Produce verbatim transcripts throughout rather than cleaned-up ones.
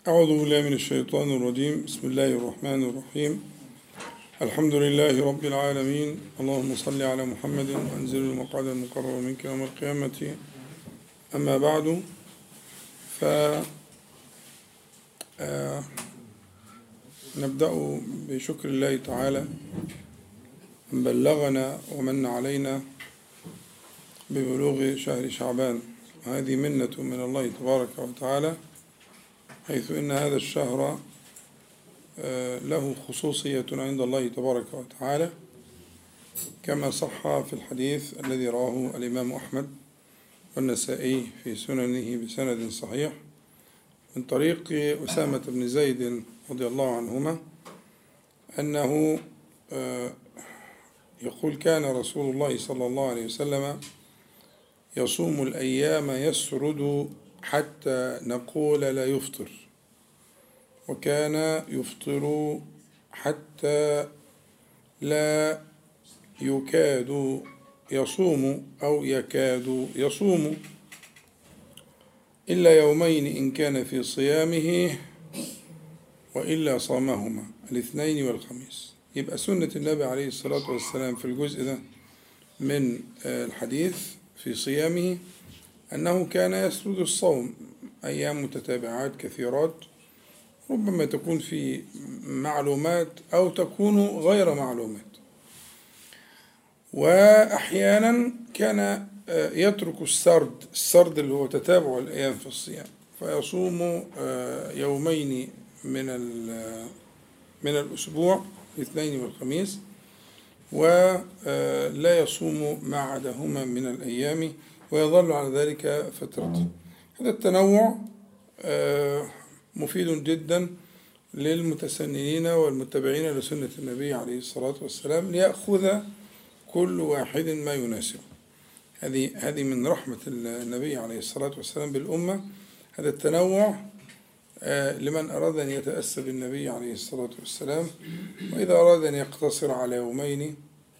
أعوذ بالله من الشيطان الرجيم. بسم الله الرحمن الرحيم. الحمد لله رب العالمين. اللهم صل على محمد وأنزل المقعد المقرر منك يوم القيامة. أما بعد، ف نبدأ بشكر الله تعالى أن بلغنا ومن علينا ببلوغ شهر شعبان. هذه منة من الله تبارك وتعالى، حيث إن هذا الشهر له خصوصية عند الله تبارك وتعالى، كما صح في الحديث الذي رواه الإمام أحمد والنسائي في سننه بسند صحيح من طريق أسامة بن زيد رضي الله عنهما أنه يقول: كان رسول الله صلى الله عليه وسلم يصوم الأيام يسرد حتى نقول لا يفطر، وكان يفطر حتى لا يكاد يصوم أو يكاد يصوم إلا يومين إن كان في صيامه وإلا صامهما الاثنين والخميس. يبقى سنة النبي عليه الصلاة والسلام في الجزء ده من الحديث في صيامه أنه كان يسرد الصوم أيام متتابعات كثيرات، ربما تكون في معلومات أو تكون غير معلومات، وأحيانا كان يترك السرد السرد اللي هو تتابع الأيام في الصيام، فيصوم يومين من من الأسبوع الاثنين والخميس، ولا يصوم ما عداهما من الأيام، ويظل على ذلك فترة. هذا التنوع مفيد جدا للمتسننين والمتبعين لسنة النبي عليه الصلاة والسلام، ليأخذ كل واحد ما يناسبه. هذه هذه من رحمة النبي عليه الصلاة والسلام بالأمة، هذا التنوع لمن أراد أن يتأسى بالنبي عليه الصلاة والسلام، وإذا أراد أن يقتصر على يومين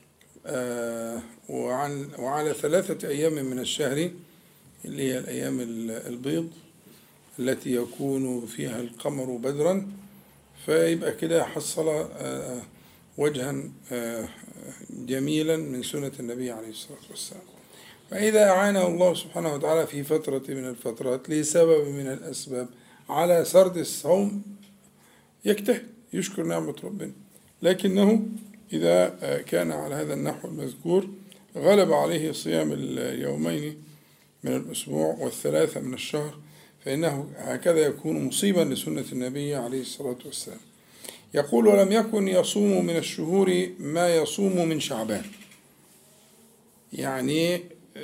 وعلى ثلاثة أيام من الشهر اللي هي الأيام البيض التي يكون فيها القمر بدرا، فيبقى كده حصل وجها جميلا من سنة النبي عليه الصلاة والسلام. فإذا أعانه الله سبحانه وتعالى في فترة من الفترات لسبب من الأسباب على سرد الصوم يجتهد يشكر نعمة ربنا، لكنه إذا كان على هذا النحو المذكور غلب عليه صيام اليومين من الأسبوع والثلاثة من الشهر، فإنه هكذا يكون مصيبا لسنة النبي عليه الصلاة والسلام. يقول: ولم يكن يصوم من الشهور ما يصوم من شعبان. يعني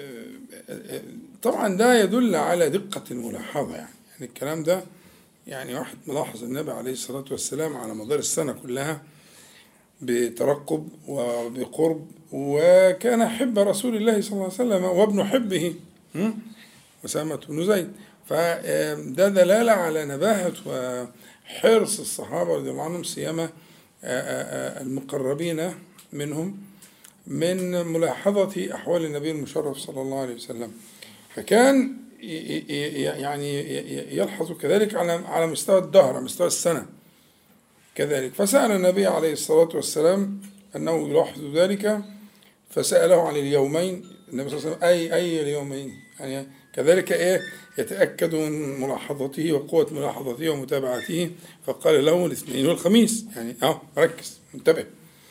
طبعا ده يدل على دقة الملاحظة، يعني, يعني الكلام ده يعني واحد ملاحظ النبي عليه الصلاة والسلام على مدار السنة كلها بترقب وبقرب، وكان حب رسول الله صلى الله عليه وسلم وابن حبه أسامة بن زيد، فده دلالة على نباهة وحرص الصحابة رضي الله عنهم سيما المقربين منهم من ملاحظة أحوال النبي المشرف صلى الله عليه وسلم، فكان يعني يلحظ كذلك على على مستوى الدهر، على مستوى السنة كذلك. فسأل النبي عليه الصلاة والسلام أنه يلاحظ ذلك، فسأله عن اليومين النبي صلى الله عليه وسلم: أي أي اليومين؟ يعني كذلك إيه يتأكد من ملاحظته وقوة ملاحظته ومتابعته، فقال له: الاثنين والخميس. يعني أه ركز انتبه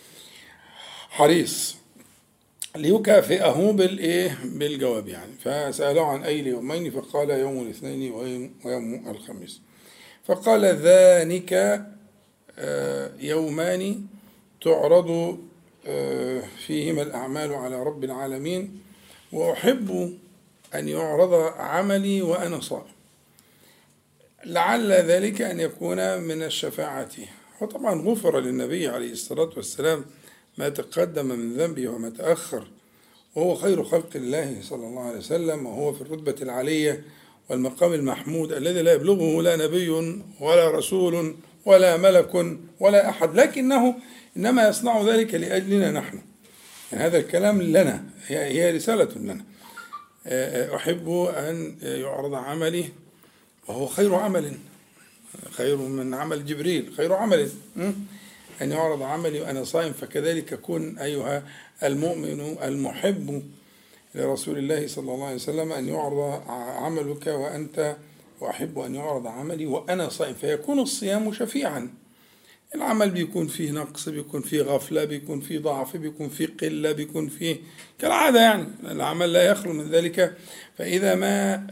حريص ليكافئه بالإيه بالجواب يعني. فسأله عن أي اليومين؟ فقال: يوم الاثنين ويوم الخميس. فقال: ذلك يومان تعرض فيهما الأعمال على رب العالمين، وأحب أن يعرض عملي وأنا صائم، لعل ذلك أن يكون من الشفاعة. وطبعا غفر للنبي عليه الصلاة والسلام ما تقدم من ذنبه وما تأخر، وهو خير خلق الله صلى الله عليه وسلم، وهو في الرتبة العالية والمقام المحمود الذي لا يبلغه لا نبي ولا رسول ولا ملك ولا أحد، لكنه إنما يصنع ذلك لأجلنا نحن. يعني هذا الكلام لنا، هي رسالة لنا. أحب أن يعرض عملي وهو خير عمل خير من عمل جبريل، خير عمل أن يعرض عملي وأنا صائم. فكذلك كن أيها المؤمن المحب لرسول الله صلى الله عليه وسلم أن يعرض عملك وأنت، وأحب أن يعرض عملي وأنا صائم، فيكون الصيام شفيعا. العمل بيكون فيه نقص، بيكون فيه غفلة، بيكون فيه ضعف، بيكون فيه قلة، بيكون فيه كالعادة، يعني العمل لا يخلو من ذلك. فإذا ما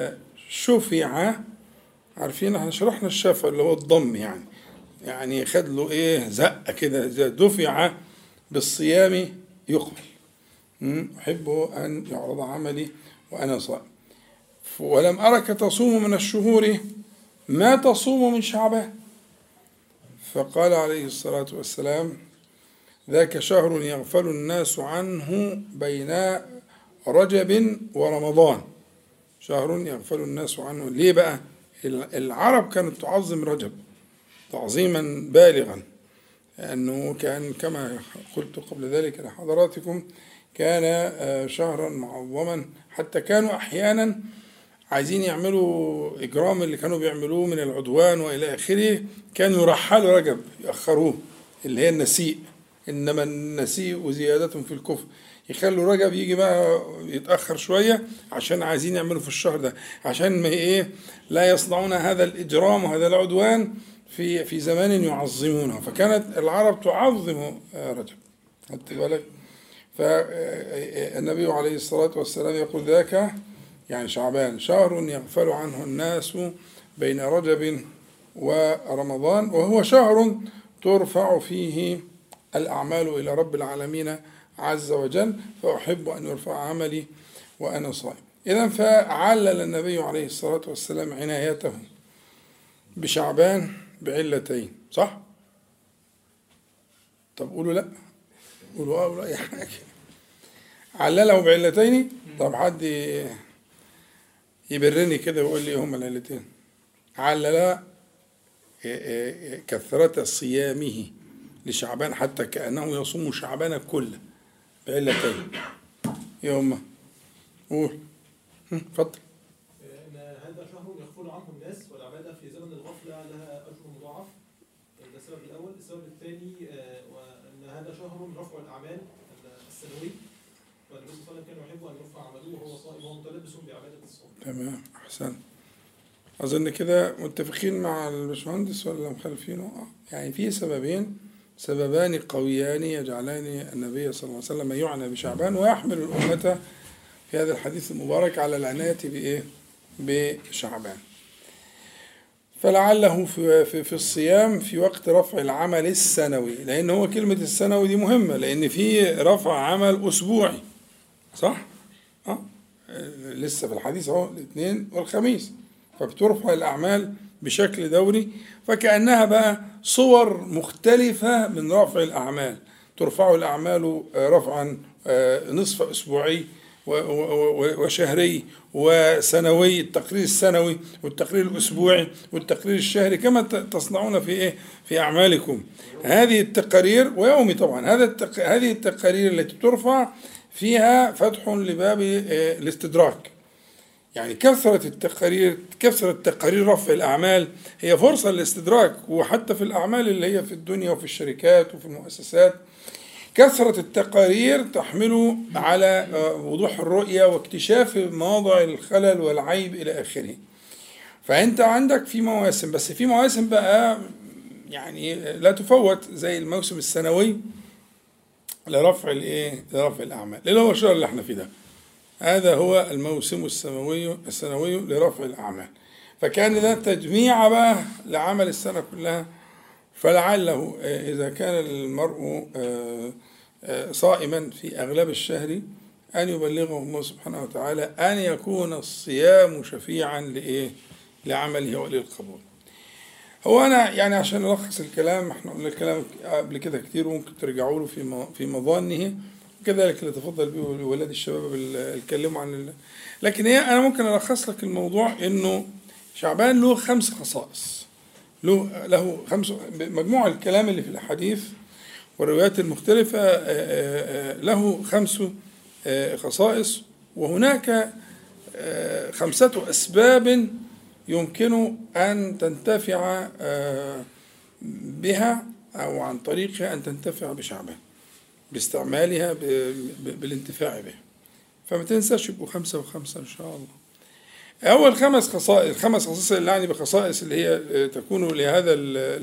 شفع، عارفين احنا شرحنا الشفع اللي هو الضم، يعني يعني خد له ايه زقة كده، إذا دفع بالصيام يقبل. أحب أن يعرض عملي وأنا صائم. ولم أرك تصوم من الشهور ما تصوم من شعبان. فقال عليه الصلاة والسلام: ذاك شهر يغفل الناس عنه بين رجب ورمضان. شهر يغفل الناس عنه. ليه بقى؟ العرب كانت تعظم رجب تعظيما بالغا، لأنه كان كما قلت قبل ذلك لحضراتكم كان شهرا معظما، حتى كانوا أحيانا عايزين يعملوا إجرام اللي كانوا بيعملوه من العدوان وإلى آخره، كانوا يرحلوا رجب يأخروه، اللي هي النسيء. إنما النسيء زيادة في الكفر، يخلوا رجب يجي بقى يتأخر شوية عشان عايزين يعملوا في الشهر ده، عشان ما إيه لا يصنعون هذا الإجرام وهذا العدوان في في زمان يعظمونه. فكانت العرب تعظم رجب، خدت بالك؟ فالنبي عليه الصلاة والسلام يقول: ذاك يعني شعبان شهر يغفل عنه الناس بين رجب ورمضان، وهو شهر ترفع فيه الأعمال إلى رب العالمين عز وجل، فأحب أن يرفع عملي وأنا صائم. إذن فعلل النبي عليه الصلاة والسلام عنايته بشعبان بعلتين، صح؟ طب قولوا لا، قولوا اه ولا أي حاجة. علله بعلتين. طب حد يبرني كده ويقول لي هما العلتين. علل كثرة صيامه لشعبان حتى كأنه يصوم شعبان كله بعلتين. ايه هما؟ قول. اتفضل. ان هذا شهر يغفل عنه الناس والعباده في زمن الغفله لها اجر مضاعف. ده السبب الاول. السبب الثاني ان هذا شهر رفع الاعمال السنوي، والنبي صلى الله عليه وسلم كان يحب ان يرفع عمله وهو صائم وهو متلبس بعباده الصوم. تمام، احسن. اظن كده متفقين مع الباشمهندس ولا مخالفينه؟ يعني في سببين، سببان قويان يجعلان النبي صلى الله عليه وسلم يعنى بشعبان ويحمل الأمة في هذا الحديث المبارك على العناية بإيه؟ بشعبان. فلعله في, في, في الصيام في وقت رفع العمل السنوي، لأن هو كلمة السنوي دي مهمة، لأن في رفع عمل أسبوعي، صح؟ أه؟ لسه في الحديث اهو الاثنين والخميس، فبترفع الأعمال بشكل دوري، فكأنها بقى صور مختلفة من رفع الأعمال. ترفع الأعمال رفعا نصف أسبوعي وشهري وسنوي، التقرير السنوي والتقرير الأسبوعي والتقرير الشهري كما تصنعون في إيه في أعمالكم. هذه التقارير ويومي طبعا. هذا التق... هذه التقارير التي ترفع فيها فتح لباب الاستدراك، يعني كثرة التقارير، كثرة تقارير رفع الأعمال هي فرصة للاستدراك. وحتى في الأعمال اللي هي في الدنيا وفي الشركات وفي المؤسسات، كثرة التقارير تحمل على وضوح الرؤية واكتشاف مواضع الخلل والعيب إلى آخره. فأنت عندك في مواسم، بس في مواسم بقى يعني لا تفوت، زي الموسم السنوي لرفع الإيه لرفع الأعمال، اللي هو الشهر اللي احنا فيه ده. هذا هو الموسم السنوي السنوي لرفع الأعمال. فكان ده تجميع بقى لعمل السنة كلها. فلعله إذا كان المرء صائما في أغلب الشهر أن يبلغه الله سبحانه وتعالى أن يكون الصيام شفيعا لإيه لعمله وللقبول. هو أنا يعني عشان نلخص الكلام، احنا قلنا الكلام قبل كده كتير وممكن ترجعوا له في في مظانه، وكذلك اللي تفضل به ولاد الشباب اللي اتكلموا عن ال... لكن هي أنا ممكن ألخص لك الموضوع إنه شعبان له خمس خصائص، له له خمس مجموع الكلام اللي في الأحاديث والروايات المختلفة له خمس خصائص، وهناك خمسة أسباب يمكن أن تنتفع بها أو عن طريقها أن تنتفع بشعبها باستعمالها بالانتفاع بها. فما تنساش يبقوا خمسة وخمسة إن شاء الله. أول خمس خصائص، الخمس خصائص اللي يعني بخصائص اللي هي تكون لهذا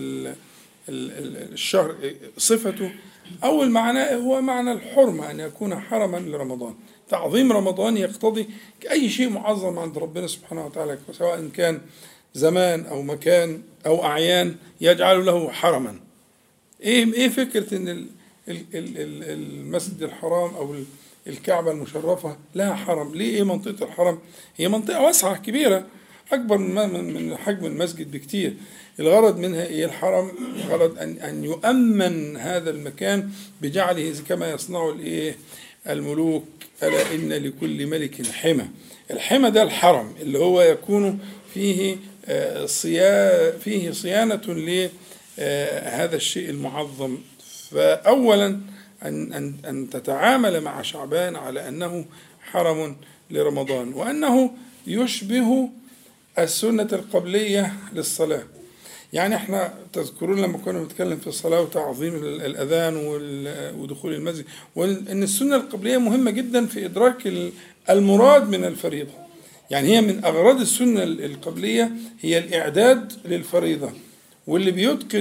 الشهر صفته. أول معنى هو معنى الحرمة، أن يكون حرما لرمضان. تعظيم رمضان يقتضي أي شيء معظم عند ربنا سبحانه وتعالى، سواء كان زمان أو مكان أو أعيان، يجعل له حرما. إيه إيه فكرة إن المسجد الحرام أو الكعبة المشرفة لها حرم؟ ليه؟ إيه منطقة الحرم؟ هي منطقة واسعة كبيرة أكبر من من حجم المسجد بكتير. الغرض منها إيه الحرم؟ الغرض أن أن يؤمن هذا المكان بجعله كما يصنع الإيه الملوك، ألا إن لكل ملك حمى. الحمى ده الحرم اللي هو يكون فيه صيا فيه صيانة لهذا الشيء المعظم. فأولا أن أن أن تتعامل مع شعبان على أنه حرم لرمضان، وأنه يشبه السنة القبلية للصلاة. يعني احنا تذكرون لما كنا بنتكلم في الصلاة وتعظيم الأذان ودخول المسجد، وأن السنة القبلية مهمة جدا في إدراك المراد من الفريضة. يعني هي من أغراض السنة القبلية هي الإعداد للفريضة. واللي بيتقن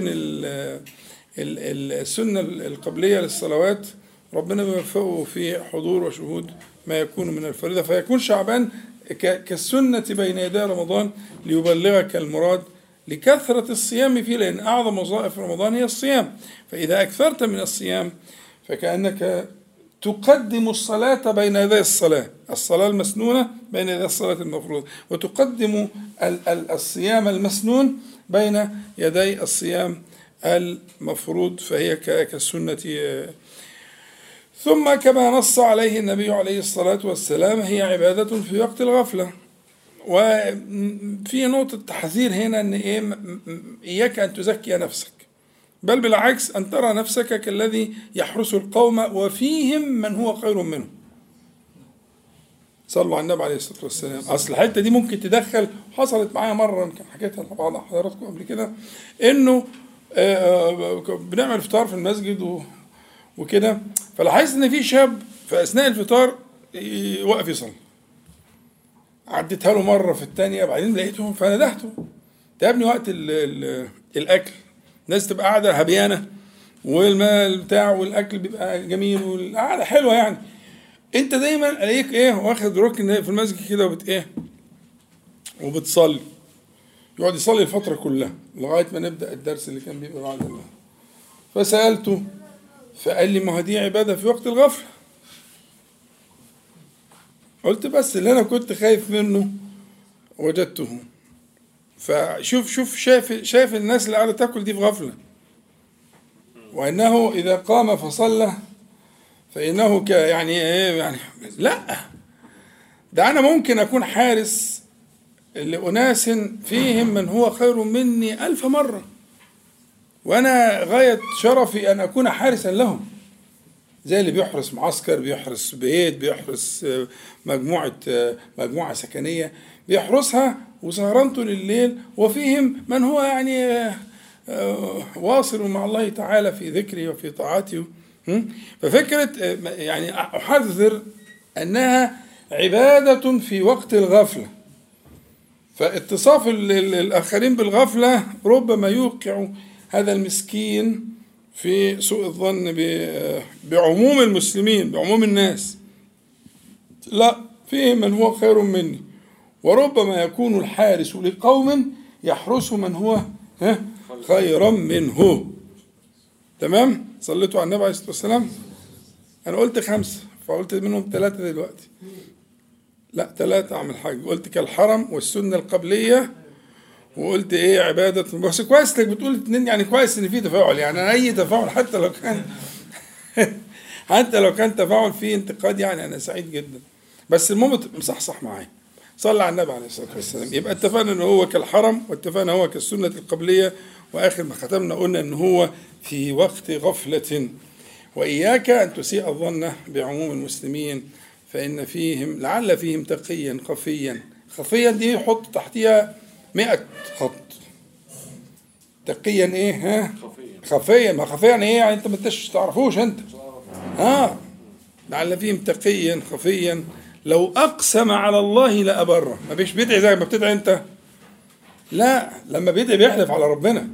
السنة القبلية للصلوات ربنا بيوفقه في حضور وشهود ما يكون من الفريضة، فيكون شعبان كالسنة بين يدي رمضان ليبلغك المراد لكثرة الصيام فيه، لأن أعظم وظائف رمضان هي الصيام. فإذا أكثرت من الصيام فكأنك تقدم الصلاة بين يدي الصلاة، الصلاة المسنونة بين يدي الصلاة المفروضة، وتقدم الصيام المسنون بين يدي الصيام المفروض، فهي كالسنة. ثم كما نص عليه النبي عليه الصلاة والسلام هي عبادة في وقت الغفلة. وفي نقطة تحذير هنا أن إيه إياك أن تزكي نفسك، بل بالعكس أن ترى نفسك كالذي يحرس القوم وفيهم من هو خير منه. صلوا على النبي عليه الصلاة والسلام. أصل الحتة دي ممكن تدخل، حصلت معايا مرة يمكن حكيتها لبعض حضراتكم قبل كده، إنه بنعمل فطار في المسجد وكده، فلاحظت إن في شاب في أثناء الفطار واقف يصلي. عديتها له مرة في الثانية، بعدين لقيته فندهته، يا ابني وقت ال ال الأكل الناس تبقى قاعدة هبيانة والمال بتاع والأكل بيبقى جميل والقعدة حلوة، يعني أنت دايما ألاقيك إيه واخد ركن في المسجد كده وبت إيه وبتصلي. يقعد يصلي الفترة كلها لغاية ما نبدأ الدرس اللي كان بيبقى بعد الله. فسألته فقال لي ما دي عبادة في وقت الغفلة. قلت بس اللي أنا كنت خايف منه وجدته. فشوف شوف شايف شايف الناس اللي قاعدة تاكل دي في غفلة، وأنه إذا قام فصلى فإنه ك يعني إيه يعني لا، ده أنا ممكن أكون حارس لأناس فيهم من هو خير مني ألف مرة، وأنا غاية شرفي أن أكون حارسا لهم، زي اللي بيحرس معسكر، بيحرس بيت، بيحرس مجموعة مجموعة سكنية بيحرسها وسهرانته لليل، وفيهم من هو يعني واصل مع الله تعالى في ذكره وفي طاعته. ففكرة يعني أحذر أنها عبادة في وقت الغفلة، فاتصاف الآخرين بالغفلة ربما يوقع هذا المسكين في سوء الظن بعموم المسلمين، بعموم الناس. لا، فيه من هو خير مني، وربما يكون الحارس لقوم يحرس من هو خيرا منه. تمام؟ صليتوا على النبي عليه الصلاة والسلام. أنا قلت خمسة فقلت منهم ثلاثة دلوقتي، لا ثلاثة أعمل حاجة. قلت كالحرم والسنة القبلية، وقلت ايه عبادة. بس كويس انك بتقول اتنين، يعني كويس ان في تفاعل، يعني انا اي تفاعل حتى لو كان حتى لو كان تفاعل فيه انتقاد يعني انا سعيد جدا، بس المهم مصحصح معايا. صلى على النبي عليه الصلاة والسلام. يبقى اتفقنا ان هو كالحرم، واتفقنا هو كالسنة القبلية، واخر ما ختمنا قلنا ان هو في وقت غفلة. واياك ان تسيء الظن بعموم المسلمين، فان فيهم لعل فيهم تقيا خفيا. خفيا دي حط تحتها مئة خط. تقيا ايه؟ ها؟ خفيا. ما خفيا يعني ايه؟ يعني انت ما انتش تعرفوش انت. اه لعل فيهم تقيا خفيا لو اقسم على الله لابره. ما بيش بيدعي زي ما بتدعي انت، لا، لما بيدعي بيحلف على ربنا،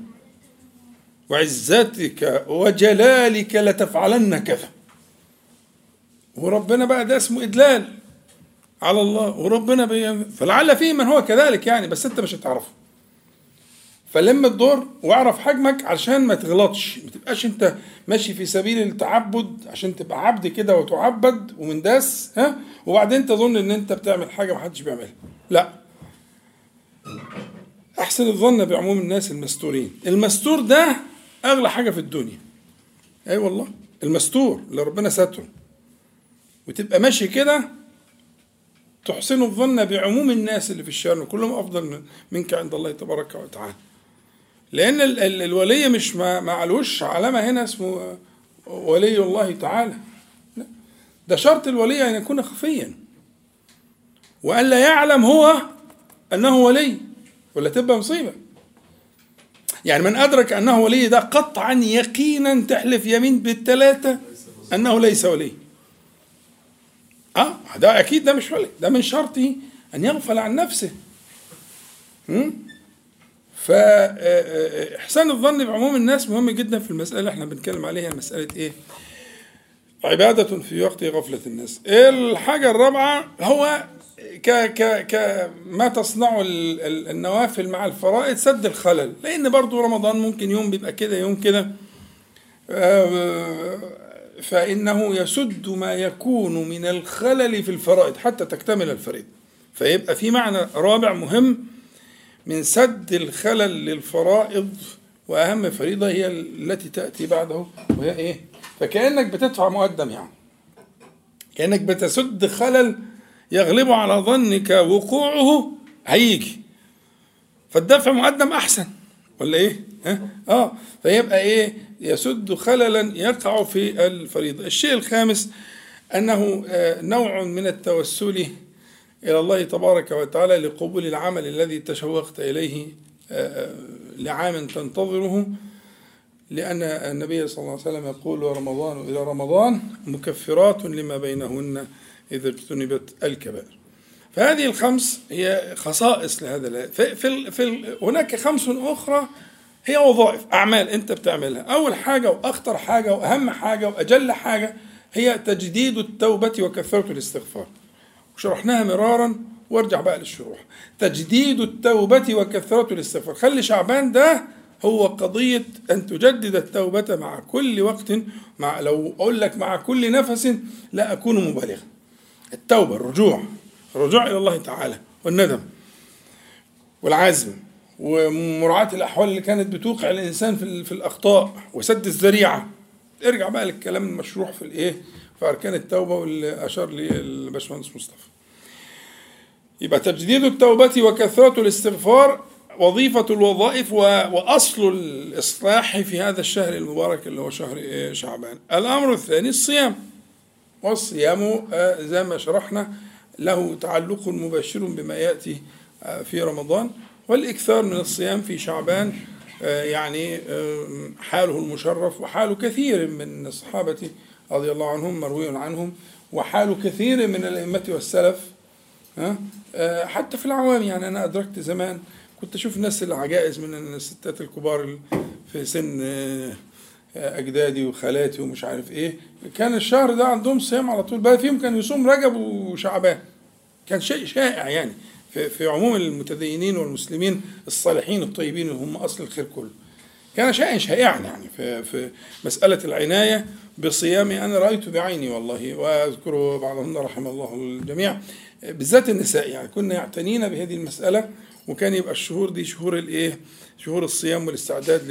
وعزتك وجلالك لتفعلن كذا. وربنا بقى ده اسمه إدلال على الله، وربنا بي... فلعل فيه من هو كذلك يعني، بس انت مش هتعرفه. فلم الدور واعرف حجمك عشان ما تغلطش، ما تبقاش انت ماشي في سبيل التعبد عشان تبقى عبد كده وتعبد ومنداس، ها، وبعدين تظن ان انت بتعمل حاجه محدش بيعملها. لا، احسن الظن بعموم الناس المستورين. المستور ده اغلى حاجه في الدنيا. اي أيوة والله، المستور اللي ربنا ستره، وتبقى ماشي كده تحسن الظن بعموم الناس اللي في الشارع كلهم افضل منك عند الله تبارك وتعالى. لان ال ال الولي مش ما معلوش علامه هنا اسمه ولي الله تعالى، لا، ده شرط الولي ان يكون خفيا، والا يعلم هو انه ولي، ولا تبقى مصيبه. يعني من ادرك انه ولي ده قطعا يقينا تحلف يمين بالثلاثه انه ليس ولي. اه ده اكيد ده مش ولي، ده من شرطه ان يغفل عن نفسه. فاحسان الظن بعموم الناس مهم جدا في المساله اللي احنا بنتكلم عليها، مساله ايه؟ عباده في وقت غفله الناس. الحاجه الرابعه هو ك ك ك ما تصنعه النوافل مع الفرائض سد الخلل، لان برضو رمضان ممكن يوم بيبقى كده يوم كده، فإنه يسد ما يكون من الخلل في الفرائض حتى تكتمل الفريضة. فيبقى في معنى رابع مهم من سد الخلل للفرائض، وأهم فريضة هي التي تأتي بعده، وهي إيه؟ فكأنك بتدفع مقدم، يعني كأنك بتسد خلل يغلب على ظنك وقوعه هيجي، فالدفع مقدم أحسن ولا إيه؟ ها؟ آه فيبقى إيه؟ يسد خللا يقع في الفريضة. الشيء الخامس أنه نوع من التوسل إلى الله تبارك وتعالى لقبول العمل الذي تشوقت إليه لعام تنتظره، لأن النبي صلى الله عليه وسلم يقول: ورمضان إلى رمضان مكفرات لما بينهن إذا اجتنبت الكبائر. فهذه الخمس هي خصائص لهذا. في في في هناك خمس أخرى هي وظائف أعمال أنت بتعملها. أول حاجة وأخطر حاجة وأهم حاجة وأجل حاجة هي تجديد التوبة وكثرة الاستغفار، وشرحناها مرارا وارجع بقى للشروح. تجديد التوبة وكثرة الاستغفار، خلي شعبان ده هو قضية أن تجدد التوبة مع كل وقت، مع لو أقول لك مع كل نفس لا أكون مبالغا. التوبة الرجوع، الرجوع إلى الله تعالى والندم والعزم ومراعاة الأحوال اللي كانت بتوقع الإنسان في, في الأخطاء وسد الذريعة. ارجع بقى للكلام المشروح في الإيه في أركان التوبة واللي أشار لي الباشمهندس مصطفى. يبقى تجديد التوبة وكثرة الاستغفار وظيفة الوظائف وأصل الإصلاح في هذا الشهر المبارك اللي هو شهر شعبان. الأمر الثاني الصيام، والصيام زي ما شرحنا له تعلق مباشر بما يأتي في رمضان، والإكثار من الصيام في شعبان يعني حاله المشرف، وحال كثير من الصحابة رضي الله عنهم مروي عنهم، وحال كثير من الأئمة والسلف حتى في العوام. يعني أنا أدركت زمان كنت أشوف الناس العجائز من الستات الكبار في سن أجدادي وخالاتي ومش عارف إيه، كان الشهر ده عندهم صيام على طول، بقى فيهم كان يصوم رجب وشعبان. كان شيء شائع يعني في, في عموم المتدينين والمسلمين الصالحين الطيبين اللي هم أصل الخير كله. كان شيئا شائعا يعني في, في مسألة العناية بصيام. أنا رأيت بعيني والله، وأذكر بعضهن رحم الله الجميع، بالذات النساء، يعني كنا يعتنين بهذه المسألة، وكان يبقى الشهور دي شهور الايه شهور الصيام والاستعداد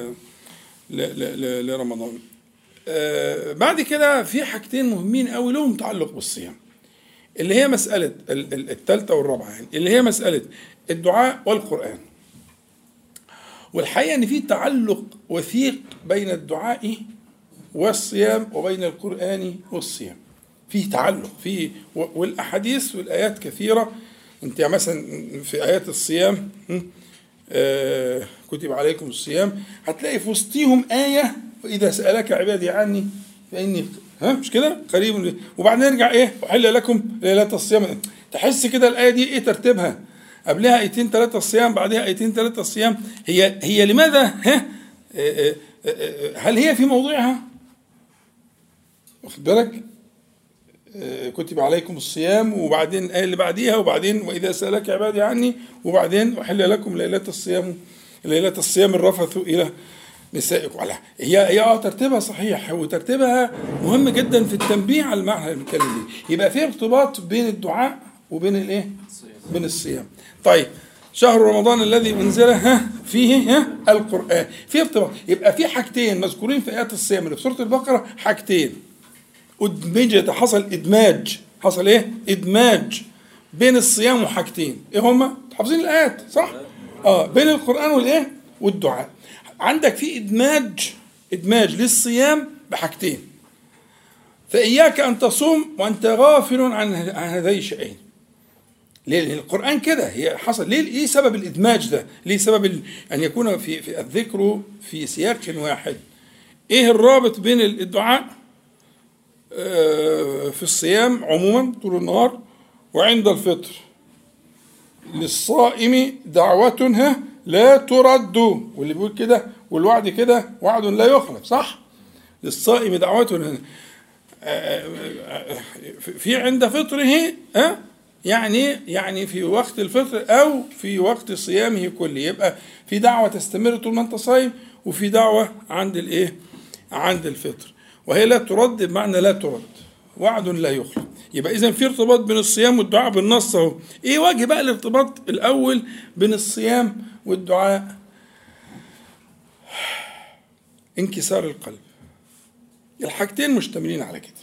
لل لرمضان. آه بعد كده في حاجتين مهمين قوي لهم تعلق بالصيام، اللي هي مسألة الثالثة والرابعة، يعني اللي هي مسألة الدعاء والقرآن. والحقيقة ان في تعلق وثيق بين الدعاء والصيام وبين القرآن والصيام، في تعلق في، والأحاديث والآيات كثيرة انت مثلا في آيات الصيام آه كتب عليكم الصيام، هتلاقي في وسطيهم آية وإذا سألك عبادي عني فإني، ها مش كده قريب، وبعدين نرجع إيه أحل لكم ليلة الصيام. تحس كده الآية دي إيه ترتيبها؟ قبلها آيتين ثلاثة الصيام، بعدها آيتين ثلاثة الصيام. هي هي لماذا؟ ها آه آه هل هي في موضعها؟ واخد بالك؟ كتب عليكم الصيام، وبعدين الآية اللي بعديها، وبعدين وإذا سألك عبادي عني، وبعدين أحل لكم ليلة الصيام ليلة الصيام الرفث إلى نسائكم. على هي هي اه ترتيبها صحيح، وترتيبها مهم جدا في التنبيه على المعنى اللي بنتكلم فيه. يبقى في ارتباط بين الدعاء وبين الايه؟ بين الصيام. طيب شهر رمضان الذي انزل ها فيه ها القرآن، في ارتباط. يبقى في حاجتين مذكورين في آيات الصيام اللي في سورة البقرة، حاجتين أدمجت، حصل إدماج، حصل إيه؟ إدماج بين الصيام وحاجتين، إيه هما؟ حافظين الآيات صح؟ آه بين القرآن والإيه؟ والدعاء. عندك في إدماج، إدماج للصيام بحاجتين، فإياك أن تصوم وأنت غافل عن هذين الشيئين. ليه؟ القرآن كده هي حصل. ليه؟ إيه سبب الإدماج ده؟ ليه سبب أن يكون في في الذكر في سياق واحد؟ إيه الرابط بين الدعاء في الصيام عموما طول النهار وعند الفطر؟ للصائم دعوة لا ترد، واللي بيقول كده والوعد كده وعد لا يخلف، صح؟ للصائم دعوة في عند فطره، يعني يعني في وقت الفطر أو في وقت صيامه كله. يبقى في دعوة تستمر طول ما أنت صايم، وفي دعوة عند الإيه؟ عند الفطر. وهي لا ترد بمعنى لا ترد، وعد لا يخلف. يبقى إذن في ارتباط بين الصيام والدعاء بالنص اهو. إيه وجه بقى الارتباط الأول بين الصيام والدعاء؟ انكسار القلب. الحاجتين مشتملين على كده.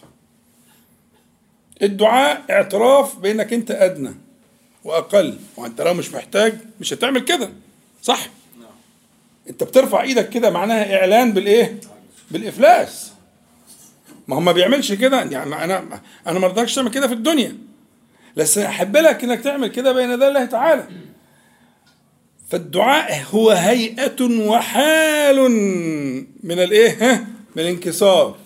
الدعاء اعتراف بأنك أنت أدنى وأقل، وأنت لو مش محتاج مش هتعمل كده، صح؟ أنت بترفع إيدك كده معناها إعلان بالإيه؟ بالإفلاس. ما هو ما بيعملش كده، يعني انا انا ما رضاكش تعمل كده في الدنيا، بس احب لك انك تعمل كده بين يدي الله تعالى. فالدعاء هو هيئة وحال من الايه؟ من الانكسار.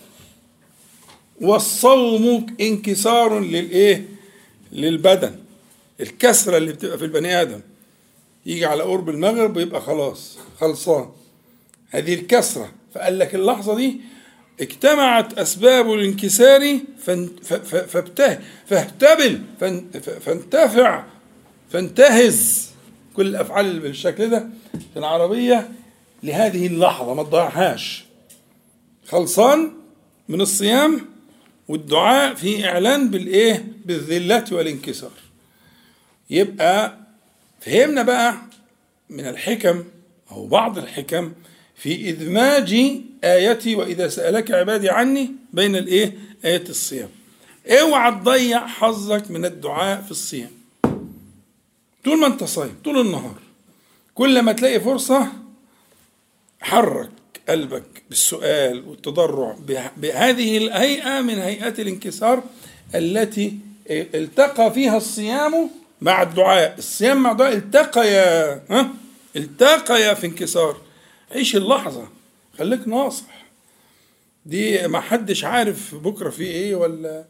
والصوم انكسار للايه؟ للبدن. الكسرة اللي بتبقى في البني ادم يجي على قرب المغرب ويبقى خلاص خلصان، هذه الكسرة. فقال لك اللحظة دي اجتمعت أسباب الانكسار فابته فاهتبل فانتفع فانتهز. كل الأفعال اللي بالشكل ده في العربية لهذه اللحظة ما تضيعهاش. خلصان من الصيام والدعاء في إعلان بالإيه؟ بالذلة والانكسار. يبقى فهمنا بقى من الحكم أو بعض الحكم في إدماج آيتي وإذا سألك عبادي عني بين الإيه؟ آيات الصيام. اوعى تضيع حظك من الدعاء في الصيام طول ما أنت صايم طول النهار. كل ما تلاقي فرصة حرك قلبك بالسؤال والتضرع بهذه الهيئة من هيئات الانكسار التي التقى فيها الصيام مع الدعاء. الصيام مع الدعاء التقى يا ها التقى يا في انكسار. عيش اللحظة، خليك ناصح. دي ما حدش عارف بكرة في ايه ولا.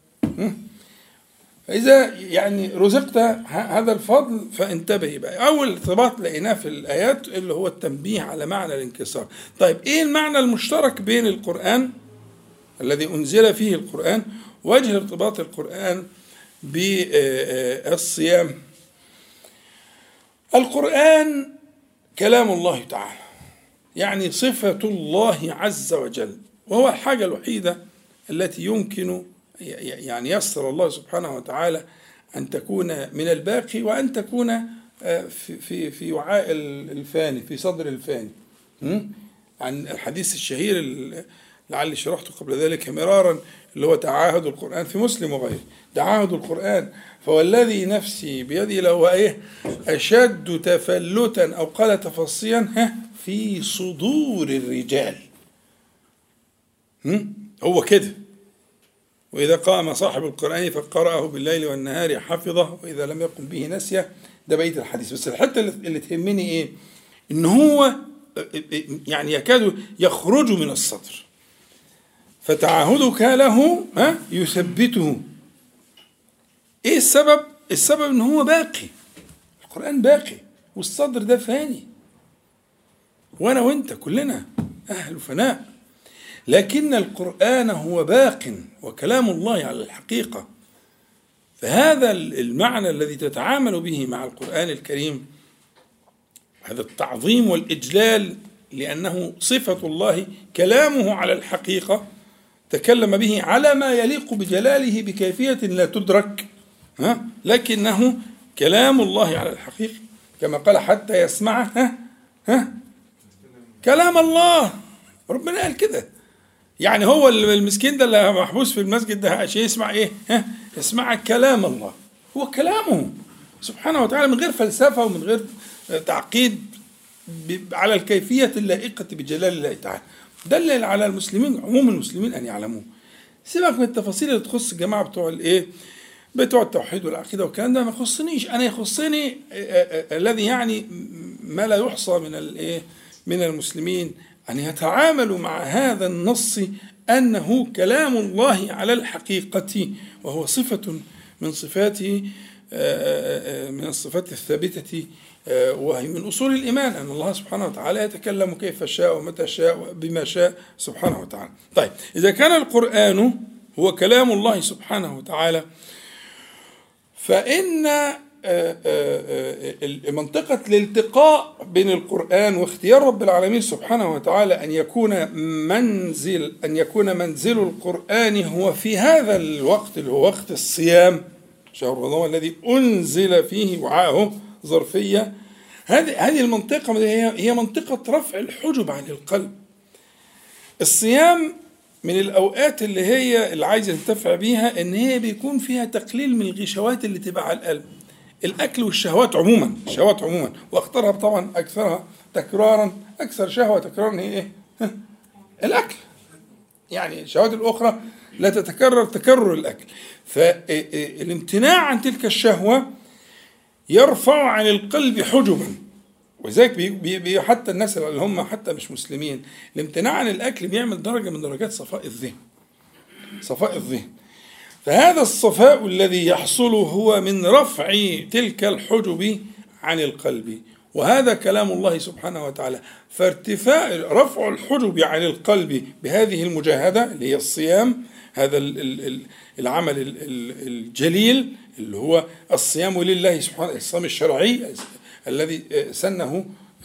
فإذا يعني رزقت هذا الفضل فانتبه. يبقى أول ارتباط لقيناه في الآيات اللي هو التنبيه على معنى الانكسار. طيب إيه المعنى المشترك بين القرآن الذي أنزل فيه القرآن وجه ارتباط القرآن بالصيام؟ القرآن كلام الله تعالى، يعني صفة الله عز وجل، وهو الحاجة الوحيدة التي يمكن يعني يسر الله سبحانه وتعالى أن تكون من الباقي وأن تكون في في في وعاء الفاني في صدر الفاني. عن الحديث الشهير لعلي شرحته قبل ذلك مرارا اللي هو تعاهد القرآن في مسلم وغيره. تعاهد القرآن فوالذي نفسي بيدي لو ايه أشد تفلتا أو قال تفصيا في صدور الرجال. هو كده وإذا قام صاحب القرآن فقرأه بالليل والنهار حفظه وإذا لم يقم به نسيه. ده بقية الحديث. بس الحتة اللي تهمني إيه؟ إن هو يعني يكاد يخرج من السطر، فتعهدك له ها يثبته. إيه السبب؟ السبب إن هو باقي، القرآن باقي والصدر ده فاني، وأنا وأنت كلنا أهل فناء، لكن القرآن هو باق وكلام الله على الحقيقة. فهذا المعنى الذي تتعامل به مع القرآن الكريم، هذا التعظيم والإجلال، لأنه صفة الله كلامه على الحقيقة، تكلم به على ما يليق بجلاله بكيفية لا تدرك، ها؟ لكنه كلام الله على الحقيقة، كما قال حتى يسمع ها ها كلام الله. ربنا قال كده. يعني هو المسكين ده اللي محبوس في المسجد ده عشان يسمع ايه؟ ها يسمع كلام الله، هو كلامه سبحانه وتعالى من غير فلسفة ومن غير تعقيد، على الكيفية اللائقة بجلال الله تعالى. دلل على المسلمين، عموم المسلمين، أن يعلموه. سيبك من التفاصيل اللي تخص الجماعة بتوع الايه، بتوع التوحيد والعقيدة والكلام ده، ما يخصنيش أنا. يخصني الذي يعني ما لا يحصى من الايه من المسلمين أن يتعاملوا مع هذا النص أنه كلام الله على الحقيقة، وهو صفة من صفاته، من الصفات الثابتة، وهي من أصول الإيمان، أن الله سبحانه وتعالى يتكلم كيف شاء ومتى شاء بما شاء سبحانه وتعالى. طيب، إذا كان القرآن هو كلام الله سبحانه وتعالى، فإن منطقة الالتقاء بين القرآن واختيار رب العالمين سبحانه وتعالى أن يكون منزل أن يكون منزل القرآن هو في هذا الوقت اللي هو وقت الصيام، شهر رمضان الذي أنزل فيه وعاءه ظرفية. هذه هذه المنطقة هي منطقة رفع الحجب عن القلب. الصيام من الأوقات اللي هي اللي عايز ينتفع بيها إن هي بيكون فيها تقليل من الغشوات اللي تبع على القلب، الأكل والشهوات عموما، الشهوات عموما، واختارها طبعا أكثرها تكرارا، أكثر شهوة تكرارا هي إيه؟ الأكل. يعني الشهوات الأخرى لا تتكرر تكرر الأكل. فالامتناع عن تلك الشهوة يرفع عن القلب حجبا. وذلك بي بي حتى الناس اللي هم حتى مش مسلمين، الامتناع عن الأكل بيعمل درجة من درجات صفاء الذهن، صفاء الذهن. فهذا الصفاء الذي يحصل هو من رفع تلك الحجب عن القلب، وهذا كلام الله سبحانه وتعالى. فارتفاع رفع الحجب عن القلب بهذه المجاهدة اللي هي الصيام، هذا العمل الجليل اللي هو الصيام لله سبحانه، الصيام الشرعي الذي سنه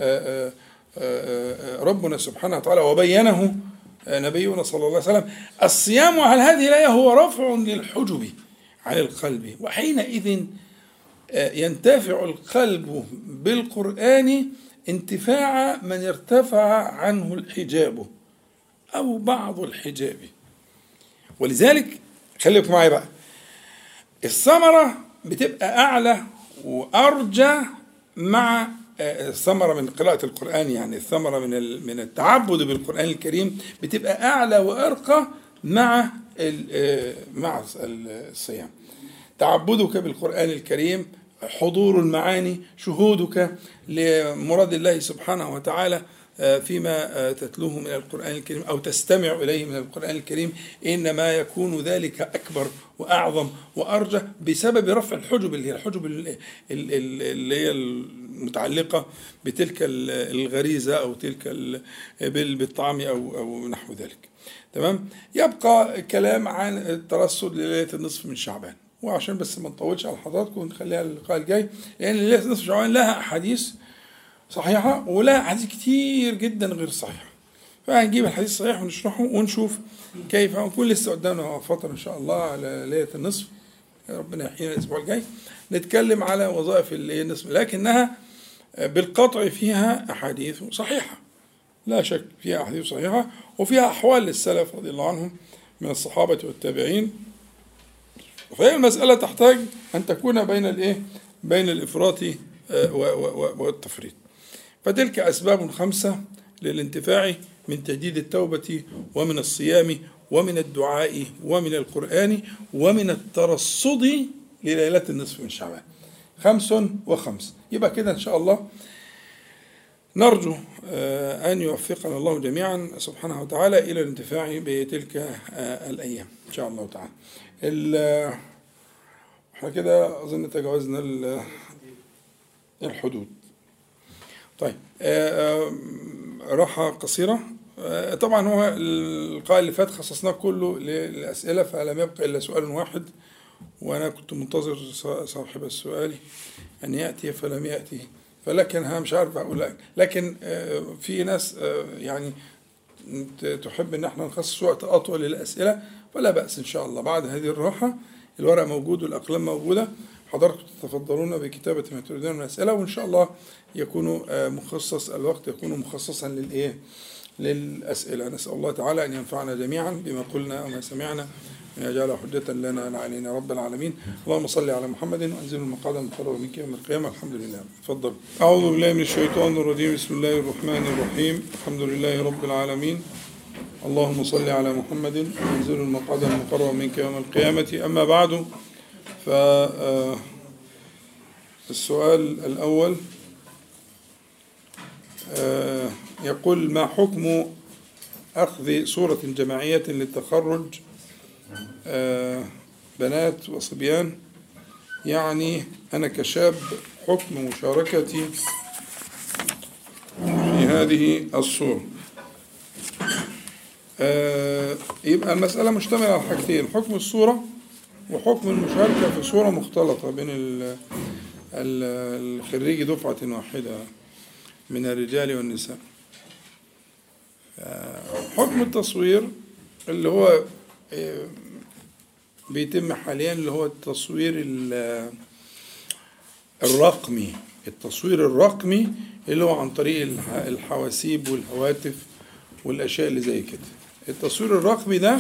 ربنا سبحانه وتعالى وبينه نبينا صلى الله عليه وسلم. الصيام على هذه الآية هو رفع للحجب عن القلب، وحينئذ ينتفع القلب بالقرآن انتفاع من ارتفع عنه الحجاب أو بعض الحجاب. ولذلك خليكم معي بقى، الثمرة بتبقى أعلى وأرجى مع الثمرة من قراءة القرآن، يعني الثمرة من من التعبد بالقرآن الكريم بتبقى أعلى وأرقى مع مع الصيام. تعبدك بالقرآن الكريم، حضور المعاني، شهودك لمراد الله سبحانه وتعالى فيما تتلوه من القرآن الكريم أو تستمع إليه من القرآن الكريم، إنما يكون ذلك أكبر وأعظم وأرجى بسبب رفع الحجب، اللي هي الحجب اللي هي المتعلقة بتلك الغريزة أو تلك بالطعام أو أو نحو ذلك. تمام. يبقى كلام عن الترصد لليلة النصف من شعبان، وعشان بس ما نطولش على حضراتكم نخليها اللقاء الجاي، لأن ليلة النصف من شعبان لها أحاديث صحيحة ولا حديث كتير جدا غير صحيح، فهنجيب الحديث الصحيح ونشرحه ونشوف كيف. ونكون لسه قدامنا فترة إن شاء الله على ليلة النصف، ربنا يحيينا الأسبوع الجاي نتكلم على وظائف النصف، لكنها بالقطع فيها أحاديث صحيحة، لا شك فيها أحاديث صحيحة، وفيها أحوال للسلف رضي الله عنهم من الصحابة والتابعين. فهي المسألة تحتاج أن تكون بين الإيه؟ بين الإفراط والتفريط. فتلك أسباب خمسة للانتفاع من تجديد التوبة ومن الصيام ومن الدعاء ومن القرآن ومن الترصد لليلة النصف من شعبان. خمس وخمس. يبقى كده إن شاء الله نرجو أن يوفقنا الله جميعا سبحانه وتعالى إلى الانتفاع بتلك الأيام إن شاء الله تعالى. احنا كده أظن تجاوزنا الحدود. طيب راحة قصيرة. طبعا هو اللقاء اللي فات خصصناه كله للأسئلة فلم يبقى إلا سؤال واحد، وأنا كنت منتظر صاحب السؤال أن يأتي فلم يأتي، فلكن ها مش عارف أقول لك. لكن في ناس يعني تحب أن احنا نخصص وقت أطول للأسئلة، فلا بأس إن شاء الله. بعد هذه الراحة الورق موجود والأقلام موجودة، حضراتكم تتفضلون بكتابة ما تريدون من الأسئلة، وإن شاء الله يكون مخصص الوقت يكون مخصصا للإيه للأسئلة. نسأل الله تعالى أن ينفعنا جميعا بما قلنا وما سمعنا، وأن يجعل حجة لنا لا علينا رب العالمين. اللهم صل على محمد وأنزل المقعد المقرر منك يوم القيامة. الحمد لله. تفضل. أعوذ بالله من الشيطان الرجيم. بسم الله الرحمن الرحيم. الحمد لله رب العالمين. اللهم صل على محمد وأنزل المقعد المقرر منك يوم القيامة. أما بعد، فالسؤال الأول يقول: ما حكم أخذ صورة جماعية للتخرج بنات وصبيان؟ يعني أنا كشاب حكم مشاركتي في هذه الصورة. يبقى المسألة مشتملة على حاجتين: حكم الصورة وحكم المشاركة في صورة مختلطة بين الخريج دفعة واحدة من الرجال والنساء. حكم التصوير اللي هو بيتم حاليا اللي هو التصوير الرقمي التصوير الرقمي اللي هو عن طريق الحواسيب والهواتف والأشياء اللي زي كده. التصوير الرقمي ده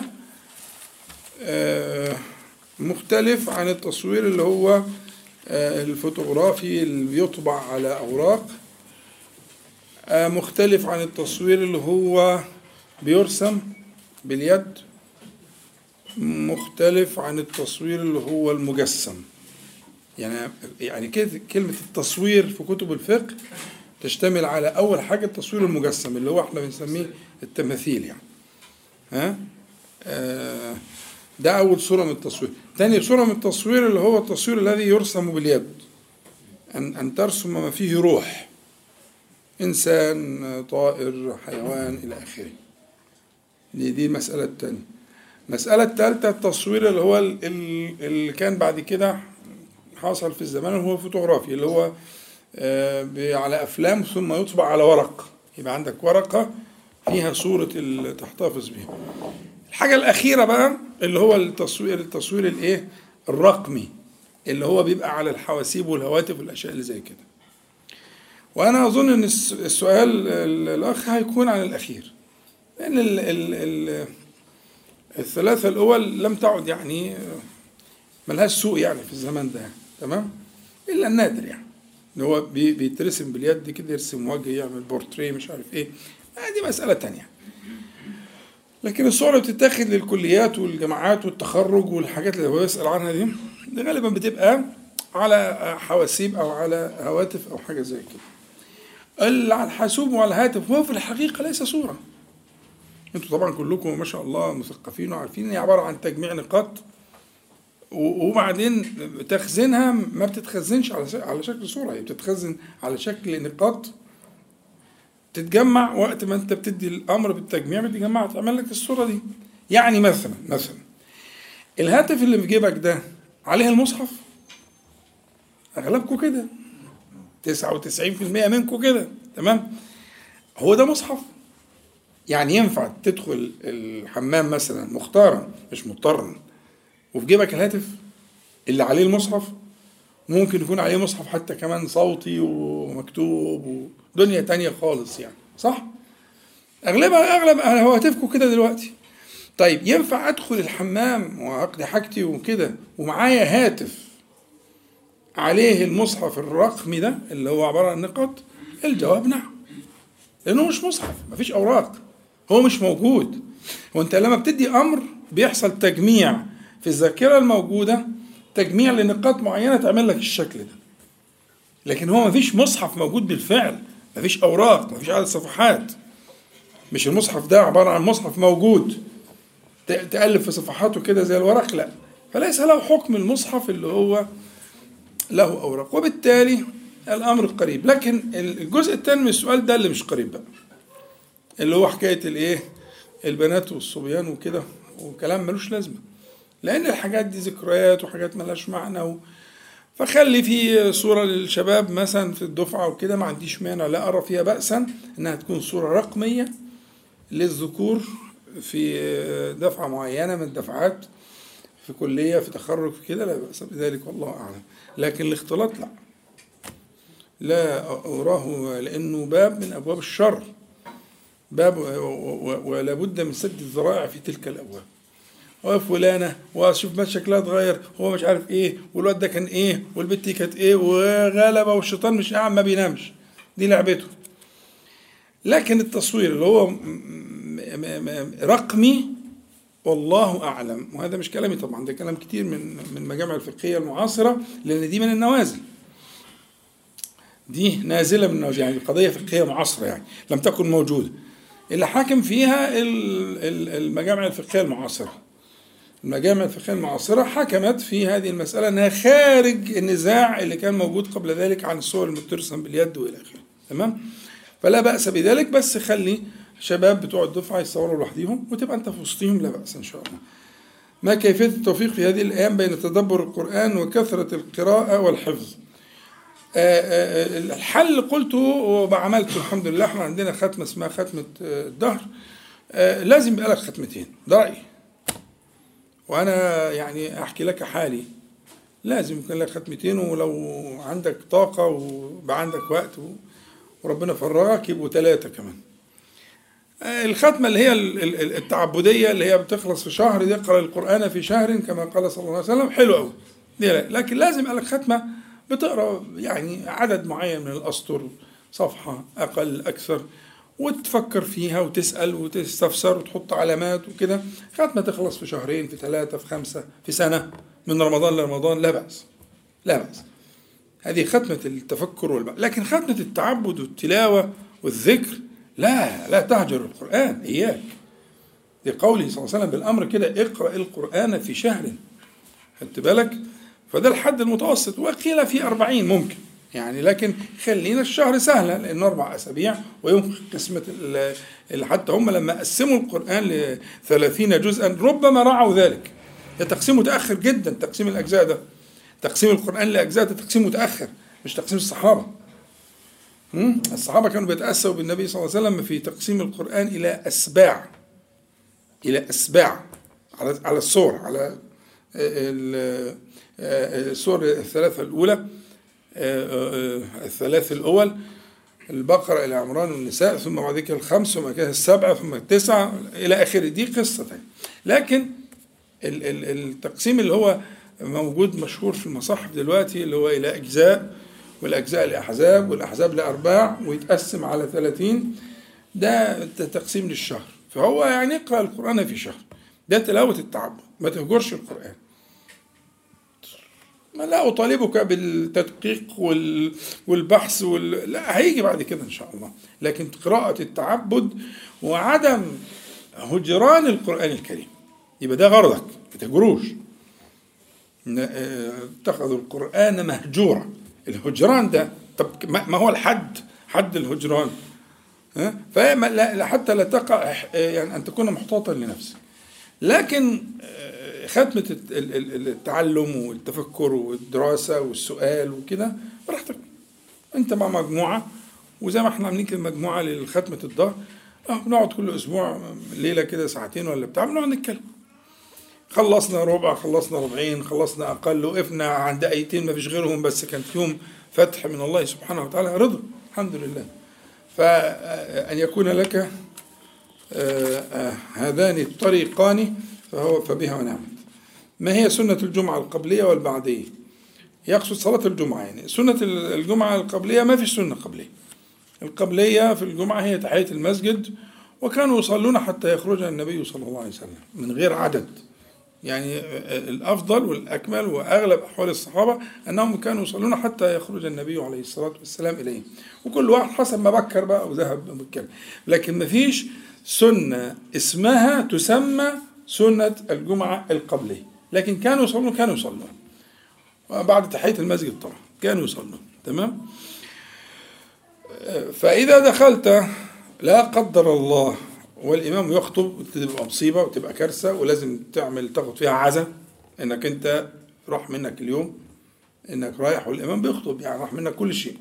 مختلف عن التصوير اللي هو الفوتوغرافي اللي بيطبع على أوراق، مختلف عن التصوير اللي هو بيرسم باليد، مختلف عن التصوير اللي هو المجسم. يعني يعني كلمة التصوير في كتب الفقه تشتمل على أول حاجة التصوير المجسم اللي هو احنا بنسميه التماثيل يعني. ها آه ده أول صورة من التصوير. ثاني صورة من التصوير اللي هو التصوير الذي يرسم باليد، أن أن ترسم ما فيه روح، إنسان، طائر، حيوان إلى آخره. دي دي المسألة الثانية. المسألة الثالثة التصوير اللي هو اللي كان بعد كده حصل في الزمان اللي هو فوتوغرافي، اللي هو على أفلام ثم يطبع على ورق، يبقى عندك ورقة فيها صورة اللي تحتفظ بها. الحاجة الأخيرة بقى اللي هو التصوير التصوير الإيه الرقمي اللي هو بيبقى على الحواسيب والهواتف والأشياء اللي زي كده. وأنا أظن أن السؤال الأخ هيكون عن الأخير، لأن ال ال ال الثلاثة الأول لم تعد يعني ملهاش سوق يعني في الزمن ده، تمام؟ إلا النادر يعني اللي هو بيترسم باليد كده، يرسم وجه، يعمل بورتريه، مش عارف إيه، دي مسألة تانية. لكن الصور اللي بتتاخد للكليات والجامعات والتخرج والحاجات اللي هو يسأل عنها دي, دي غالبا بتبقى على حواسيب أو على هواتف أو حاجة زي كده. اللي على الحاسوب وعلى الهاتف هو في الحقيقة ليس صورة. انتوا طبعا كلكم ما شاء الله مثقفين وعارفين هي عبارة عن تجميع نقاط، وبعدين تخزينها ما بتتخزنش على شكل صورة، هي بتتخزن على شكل نقاط تتجمع وقت ما انت بتدي الامر بالتجميع بتجمع تعمل لك الصورة دي. يعني مثلا مثلا الهاتف اللي في جيبك ده عليه المصحف، اغلبكم كده، تسعة وتسعين في المية منكم كده، تمام؟ هو ده مصحف؟ يعني ينفع تدخل الحمام مثلا مختارا مش مضطرا وفي جيبك الهاتف اللي عليه المصحف؟ ممكن يكون عليه مصحف حتى كمان صوتي ومكتوب ودنيا تانية خالص يعني، صح؟ اغلبها اغلب هواتفكم كده دلوقتي. طيب ينفع ادخل الحمام واقضي حاجتي وكده ومعايا هاتف عليه المصحف الرقمي ده اللي هو عبارة عن نقاط؟ الجواب نعم، لأنه مش مصحف، مفيش أوراق، هو مش موجود. وانت لما بتدي امر بيحصل تجميع في الذاكرة الموجودة، تجميع لنقاط معينة تعمل لك الشكل ده. لكن هو مفيش مصحف موجود بالفعل، مفيش اوراق، مفيش عدد صفحات. مش المصحف ده عبارة عن مصحف موجود تألف في صفحاته كده زي الورق، لا. فليس له حكم المصحف اللي هو له أوراق، وبالتالي الأمر قريب. لكن الجزء الثاني من السؤال ده اللي مش قريب بقى، اللي هو حكاية الإيه، البنات والصبيان وكده، وكلام ملوش لازمة، لأن الحاجات دي ذكريات وحاجات ملهاش معنى و... فخلي في صورة للشباب مثلا في الدفعة وكده، ما عنديش مانع، لا أرى فيها بأسا إنها تكون صورة رقمية للذكور في دفعة معينة من الدفعات، في كلية، في تخرج، في كده، لا بأس بذلك والله أعلم. لكن الاختلاط لا لا أراه، لأنه باب من أبواب الشر، باب ولا بد من سد الذرائع في تلك الأبواب. وفلانة واشوف ما شكلها اتغير، هو مش عارف ايه، والواد ده كان ايه، والبت كانت ايه، وغلبة، والشيطان مش قاعد ما بينامش، دي لعبته. لكن التصوير اللي هو رقمي والله أعلم، وهذا مش كلامي طبعا، ده كلام كتير من من المجامع الفقهية المعاصرة، لأن دي من النوازل، دي نازلة من النوازل، يعني قضية فقهية معاصرة يعني لم تكن موجودة. اللي حاكم فيها المجامع الفقهية المعاصرة، المجامع الفقهية المعاصرة حكمت في هذه المسألة أنها خارج النزاع اللي كان موجود قبل ذلك عن الصور المترسم باليد وإلى آخره. تمام؟ فلا بأس بذلك، بس خلي شباب بتوع الدفعة يصوروا لوحدهم وتبقى أنت في وسطهم، لا بأس إن شاء الله. ما كيفية التوفيق في هذه الأيام بين تدبر القرآن وكثرة القراءة والحفظ؟ الحل قلته وعملته الحمد لله. احنا عندنا ختمة اسمها ختمة الدهر، لازم يبقى لك ختمتين، ده رأيي، وأنا يعني أحكي لك حالي، لازم يكون لك ختمتين، ولو عندك طاقة وبقى عندك وقت وربنا فرغك يبقوا ثلاثة كمان. الختمة اللي هي التعبدية اللي هي بتخلص في شهر، دي اقرأ القرآن في شهر كما قال صلى الله عليه وسلم، حلو قوي دي، لكن لازم يبقى لك ختمة بتقرأ يعني عدد معين من الأسطر، صفحة أقل أكثر، وتفكر فيها وتسأل وتستفسر وتحط علامات وكده. ختمة تخلص في شهرين، في ثلاثة، في خمسة، في سنة، من رمضان لرمضان، لا بأس، لا بأس. هذه ختمة التفكر والبعث. لكن ختمة التعبد والتلاوة والذكر لا لا تهجر القرآن، إياك، لقوله صلى الله عليه وسلم بالأمر كده، اقرأ القرآن في شهر، خدت بالك؟ فده الحد المتوسط، وقيل في أربعين ممكن يعني، لكن خلينا الشهر سهلة لأنه أربع أسابيع ويوم قسمة، حتى هم لما قسموا القرآن لثلاثين جزءا ربما رعوا ذلك. ده تقسيم متأخر جدا، تقسيم الأجزاء ده، تقسيم القرآن لأجزاء ده تقسيم متأخر، مش تقسيم الصحابة. الصحابة كانوا بيتأسوا بالنبي صلى الله عليه وسلم في تقسيم القرآن إلى أسباع، إلى أسباع على على السور، على السور الثلاثة الأولى، الثلاث الأول، البقرة إلى عمران والنساء، ثم بعد كده الخمس، ثم كده السبعة، ثم التسعة إلى آخره. دي قصة تانية. لكن التقسيم اللي هو موجود مشهور في المصاحف دلوقتي اللي هو إلى أجزاء، والأجزاء لأحزاب، والأحزاب لأرباع، ويتقسم على ثلاثين، ده تقسيم للشهر. فهو يعني اقرأ القرآن في شهر، ده تلاوة التعبد، ما تهجرش القرآن. ما لا أطالبك بالتدقيق والبحث وال... لا، هيجي بعد كده إن شاء الله. لكن قراءة التعبد وعدم هجران القرآن الكريم، يبقى ده غرضك، ما تهجروش. اتخذوا القرآن مهجورا، الهجران ده، طب ما هو الحد، حد الهجران؟ ها؟ فما حتى لا تقع يعني أن تكون محتاطا لنفسك. لكن ختمة التعلم والتفكر والدراسة والسؤال وكده براحتك، انت مع مجموعة، وزي ما احنا عاملين كده مجموعة للختمة الظهر، اه بنقعد كل اسبوع ليلة كده ساعتين ولا بتاع، بنقعد نتكلم، خلصنا ربع، خلصنا ربعين، خلصنا اقل، وقفنا عند ايتين ما فيش غيرهم بس كان فيهم فتح من الله سبحانه وتعالى، رضا الحمد لله. فأن يكون لك هذان الطريقان فهو فبها ونعمت. ما هي سنة الجمعة القبلية والبعدية؟ يقصد صلاة الجمعة، يعني سنة الجمعة القبلية ما فيش سنة قبلية. القبلية في الجمعة هي تحية المسجد وكانوا يصلون حتى يخرج النبي صلى الله عليه وسلم من غير عدد. يعني الأفضل والأكمل وأغلب أحوال الصحابة أنهم كانوا يصلون حتى يخرج النبي عليه الصلاة والسلام إليهم، وكل واحد حسب ما بكر بقى وذهب مبكر. لكن ما فيش سنة اسمها تسمى سنة الجمعة القبلية، لكن كانوا يصلون كانوا يصلون بعد تحية المسجد طبعا كانوا يصلون. تمام. فإذا دخلت لا قدر الله والإمام يخطب تبقى مصيبة وتبقى كارثة، ولازم تعمل تاخد فيها عزة إنك أنت راح منك اليوم إنك رايح والإمام بيخطب، يعني راح منك كل شيء.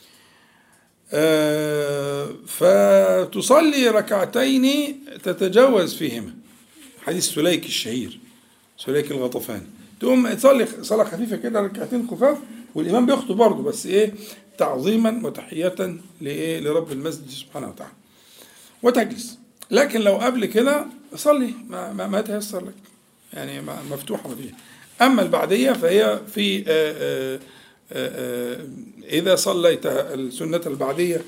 آه فتصلي ركعتين تتجاوز فيهما، حديث سليك الشهير سليك الغطفاني، تقوم تصلي صلاة خفيفة كده ركعتين خفاف والإمام بيخطب برضه، بس إيه تعظيما وتحية لإيه لرب المسجد سبحانه وتعالى، وتجلس. لكن لو قبل كده صلي ما, ما, ما تيسر لك، يعني مفتوحة ما فيها. أما البعدية فهي في آآ آآ إذا صليت السنة البعدية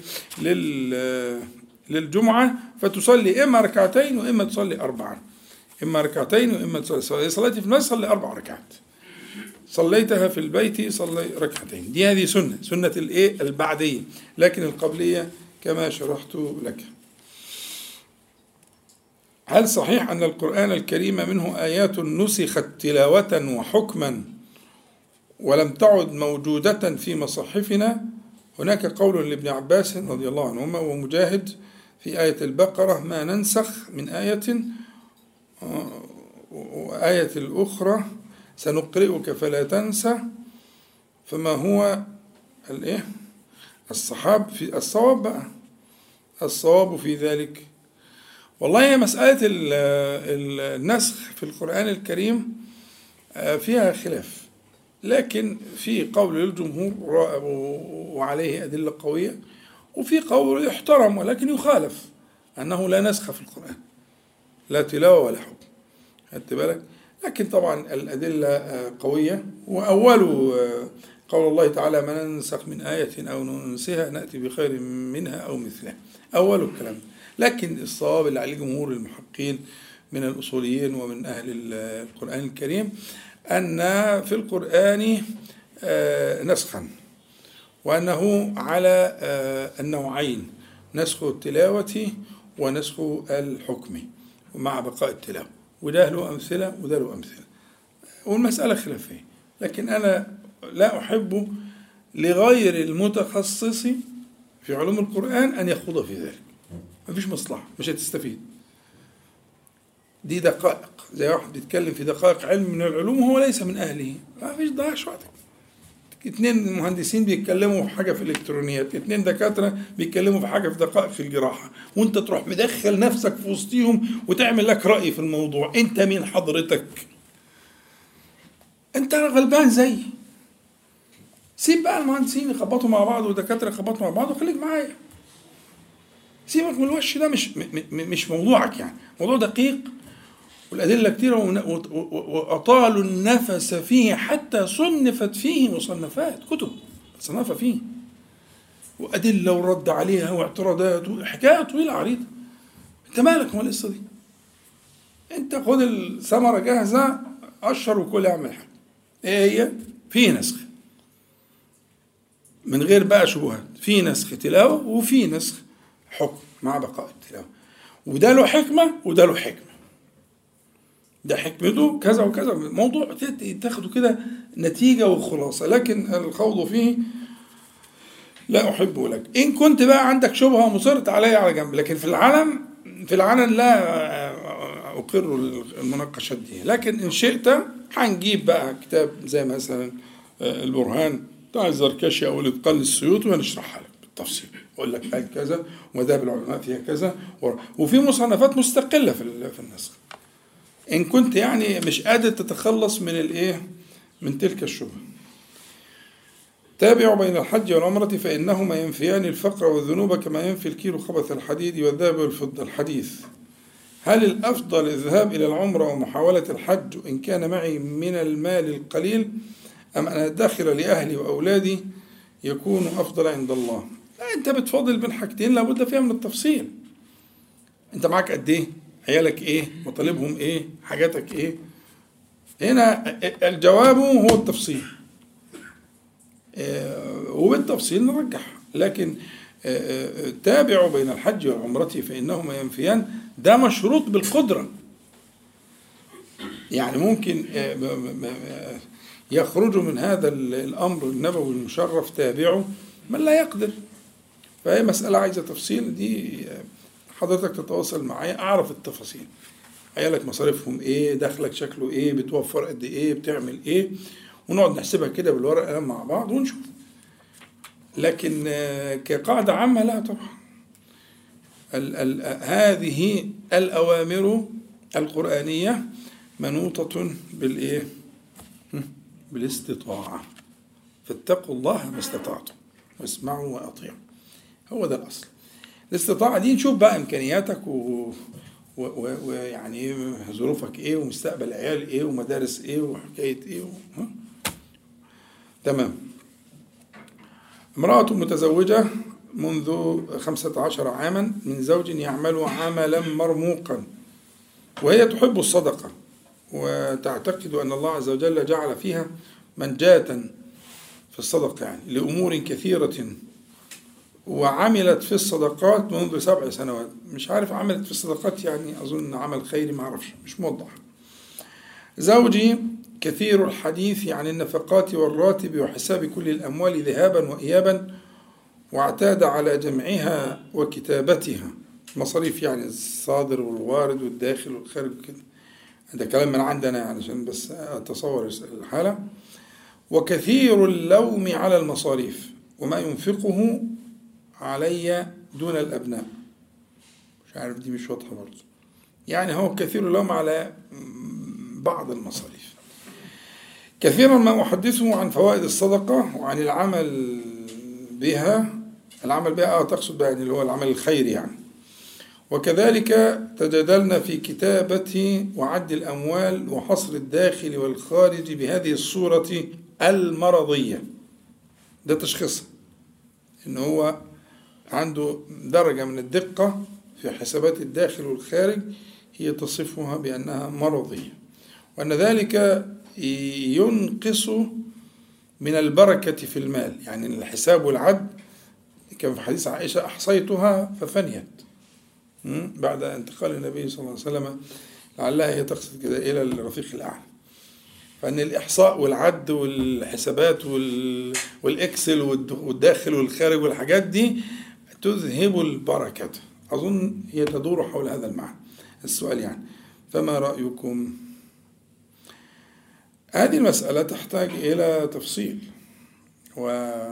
للجمعة فتصلي إما ركعتين وإما تصلي أربعا، إما ركعتين وإما تصلي. صليت في المسجد صلي أربع ركعات، صليتها في البيت صلي ركعتين. دي هذه سنة سنة الإيه البعدية. لكن القبلية كما شرحت لك. هل صحيح أن القرآن الكريم منه آيات نسخت تلاوة وحكما ولم تعد موجودة في مصاحفنا؟ هناك قول لابن عباس رضي الله عنهما ومجاهد في آية البقرة ما ننسخ من آية، وآية الأخرى سنقرئك فلا تنسى، فما هو الإيه الصحاب في الصواب بقى الصواب في ذلك. والله مسألة النسخ في القرآن الكريم فيها خلاف، لكن في قول للجمهور وعليه أدلة قوية، وفي قول يحترم ولكن يخالف أنه لا نسخ في القرآن، لا تلاوة ولا حكم. خدت بالك؟ لكن طبعا الأدلة قوية. وأول قول الله تعالى ما ننسخ من آية أو ننسها نأتي بخير منها أو مثلها، أول الكلام. لكن الصواب اللي عليه جمهور المحققين من الأصوليين ومن أهل القرآن الكريم أن في القرآن نسخا، وأنه على النوعين، نسخ التلاوة ونسخ الحكم مع بقاء التلاوة، وده له أمثلة وده له أمثلة، والمسألة خلافية. لكن أنا لا أحب لغير المتخصص في علوم القرآن أن يخوض في ذلك، ما فيش مصلحة، مش هتستفيد. دي دقائق، زي واحد بيتكلم في دقائق علم من العلوم وهو ليس من أهله، ما فيش ضيعش وقتك. اتنين مهندسين بيتكلموا في حاجة في الإلكترونيات، اتنين دكاترة بيتكلموا في حاجة في دقائق في الجراحة، وانت تروح مدخل نفسك في وسطهم وتعمل لك رأي في الموضوع. انت مين حضرتك؟ انت غلبان زي سيب بقى المهندسين يخبطوا مع بعض والدكاترة يخبطوا مع بعض وخليك معايا. سيبك من الوش ده، مش مش موضوعك، يعني موضوع دقيق والأدلة كتيرة، وأطالوا النفس فيه حتى صنفت فيه مصنفات، كتب صنفة فيه وأدلة ورد عليها واعتراضات وحكاية طويلة عريضة. أنت مالك ولا القصة دي؟ أنت خد الثمرة جاهزة، قشر وكل اعمل حاجة. إيه هي؟ في نسخ من غير بقى شبهات، في نسخ تلاوة وفي نسخ حكم مع بقاء التلاوة، وده له حكمة وده له حكمة، ده حكمته كذا وكذا، موضوع تاخده كده نتيجة وخلاصة. لكن الخوض فيه لا أحبه لك. إن كنت بقى عندك شبهة ومصرت عليها على جنب، لكن في العالم في العلن لا أقر المناقشات دي. لكن إن شئت هنجيب بقى كتاب زي مثلا البرهان بتاع الزركشي أو الإتقان للسيوطي ونشرحها لك بالتفصيل، أقول لك قال كذا ومذاهب العلماء فيها كذا، وفي مصنفات مستقلة في النسخ. إن كنت يعني مش قادر تتخلص من الإيه من تلك الشبهة. تابعوا بين الحج والعمرة فإنهما ينفيان الفقر والذنوب كما ينفي الكيلو خبث الحديد والذهب والفضة. الحديث: هل الأفضل الذهاب إلى العمرة ومحاولة الحج إن كان معي من المال القليل، أم أن أدخر لأهلي وأولادي يكون أفضل عند الله؟ لا، أنت بتفضل بين حاجتين لابد فيها من التفصيل. انت معاك قد ايه، عيالك ايه، مطالبهم ايه، حاجاتك ايه. هنا الجواب هو التفصيل، وبالتفصيل نرجح. لكن تابعوا بين الحج والعمرة فإنهما ينفيان، ده مشروط بالقدرة. يعني ممكن يخرج من هذا الأمر النبوي المشرف تابعه من لا يقدر، فهي مسألة عايزة تفصيل. دي حضرتك تتواصل معايا أعرف التفاصيل، عيالك مصاريفهم إيه، دخلك شكله إيه، بتوفر قد إيه، بتعمل إيه، ونقعد نحسبها كده بالورقة والقلم مع بعض ونشوف. لكن كقاعدة عامة لا طبعا. ال ال هذه الأوامر القرآنية منوطة بالإيه؟ بالاستطاعة. فاتقوا الله ما استطعتم واسمعوا وأطيعوا، هو ده الأصل. الاستطاعة دي نشوف بقى إمكانياتك ويعني ظروفك إيه، ومستقبل العيال إيه، ومدارس إيه، وحكاية إيه و... تمام. امرأة متزوجة منذ خمسة عشر عاما من زوج يعمل عملا مرموقا، وهي تحب الصدقة وتعتقد أن الله عز وجل جعل فيها منجاة في الصدقة يعني لأمور كثيرة، وعملت في الصدقات منذ سبع سنوات. مش عارف عملت في الصدقات يعني أظن عمل خيري، ما أعرفش، مش موضح. زوجي كثير الحديث عن النفقات والراتب وحساب كل الأموال ذهابا وإيابا، واعتاد على جمعها وكتابتها، مصاريف يعني الصادر والوارد والداخل والخارج كده. هذا كلام من عندنا يعني عشان بس أتصور الحالة. وكثير اللوم على المصاريف وما ينفقه علي دون الأبناء. مش عارف دي مش واضحة برضه. يعني هو كثير اللوم على بعض المصاريف. كثيرا ما أحدثه عن فوائد الصدقة وعن العمل بها. العمل بها آه تقصد بها يعني اللي هو العمل الخيري يعني. وكذلك تجادلنا في كتابة وعد الأموال وحصر الداخل والخارج بهذه الصورة المرضية. ده تشخيص إن هو عنده درجة من الدقة في حسابات الداخل والخارج هي تصفها بأنها مرضية، وأن ذلك ينقص من البركة في المال. يعني الحساب والعد كان في حديث عائشة أحصيتها ففنيت بعد انتقال النبي صلى الله عليه وسلم، لعلها هي تقصد كده إلى الرفيق الأعلى. فأن الإحصاء والعد والحسابات والإكسل والداخل والخارج والحاجات دي تذهب البركة. أظن هي تدور حول هذا المعنى. السؤال يعني فما رأيكم؟ هذه المسألة تحتاج إلى تفصيل و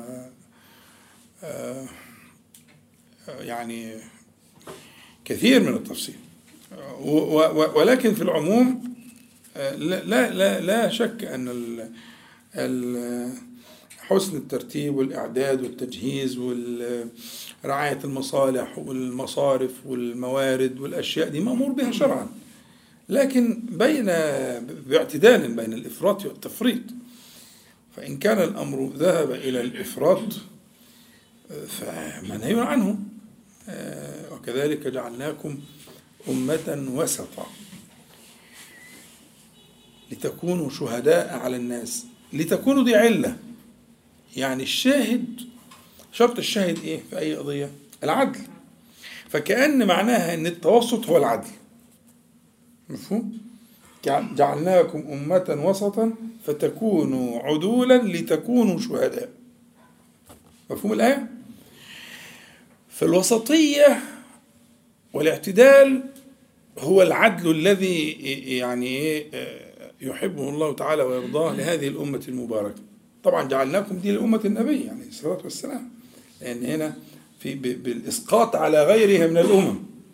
يعني كثير من التفصيل، ولكن في العموم لا لا لا شك أن حسن الترتيب والإعداد والتجهيز ورعاية المصالح والمصارف والموارد والأشياء دي مأمور بها شرعا، لكن بين باعتدال بين الإفراط والتفريط. فإن كان الأمر ذهب إلى الإفراط فمنهي عنه. وكذلك جعلناكم أمة وسطا لتكونوا شهداء على الناس. لتكونوا دي علة، يعني الشاهد شرط الشاهد إيه في أي قضية؟ العدل. فكأن معناها أن التوسط هو العدل. مفهوم؟ جعلناكم أمة وسطا فتكونوا عدولا لتكونوا شهداء. مفهوم الآية؟ فالوسطية والاعتدال هو العدل الذي يعني يحبه الله تعالى ويرضاه لهذه الأمة المباركة. طبعا جعلناكم دي لأمة النبي عليه الصلاة والسلام، لأن هنا في بالإسقاط على غيرها من الأمم.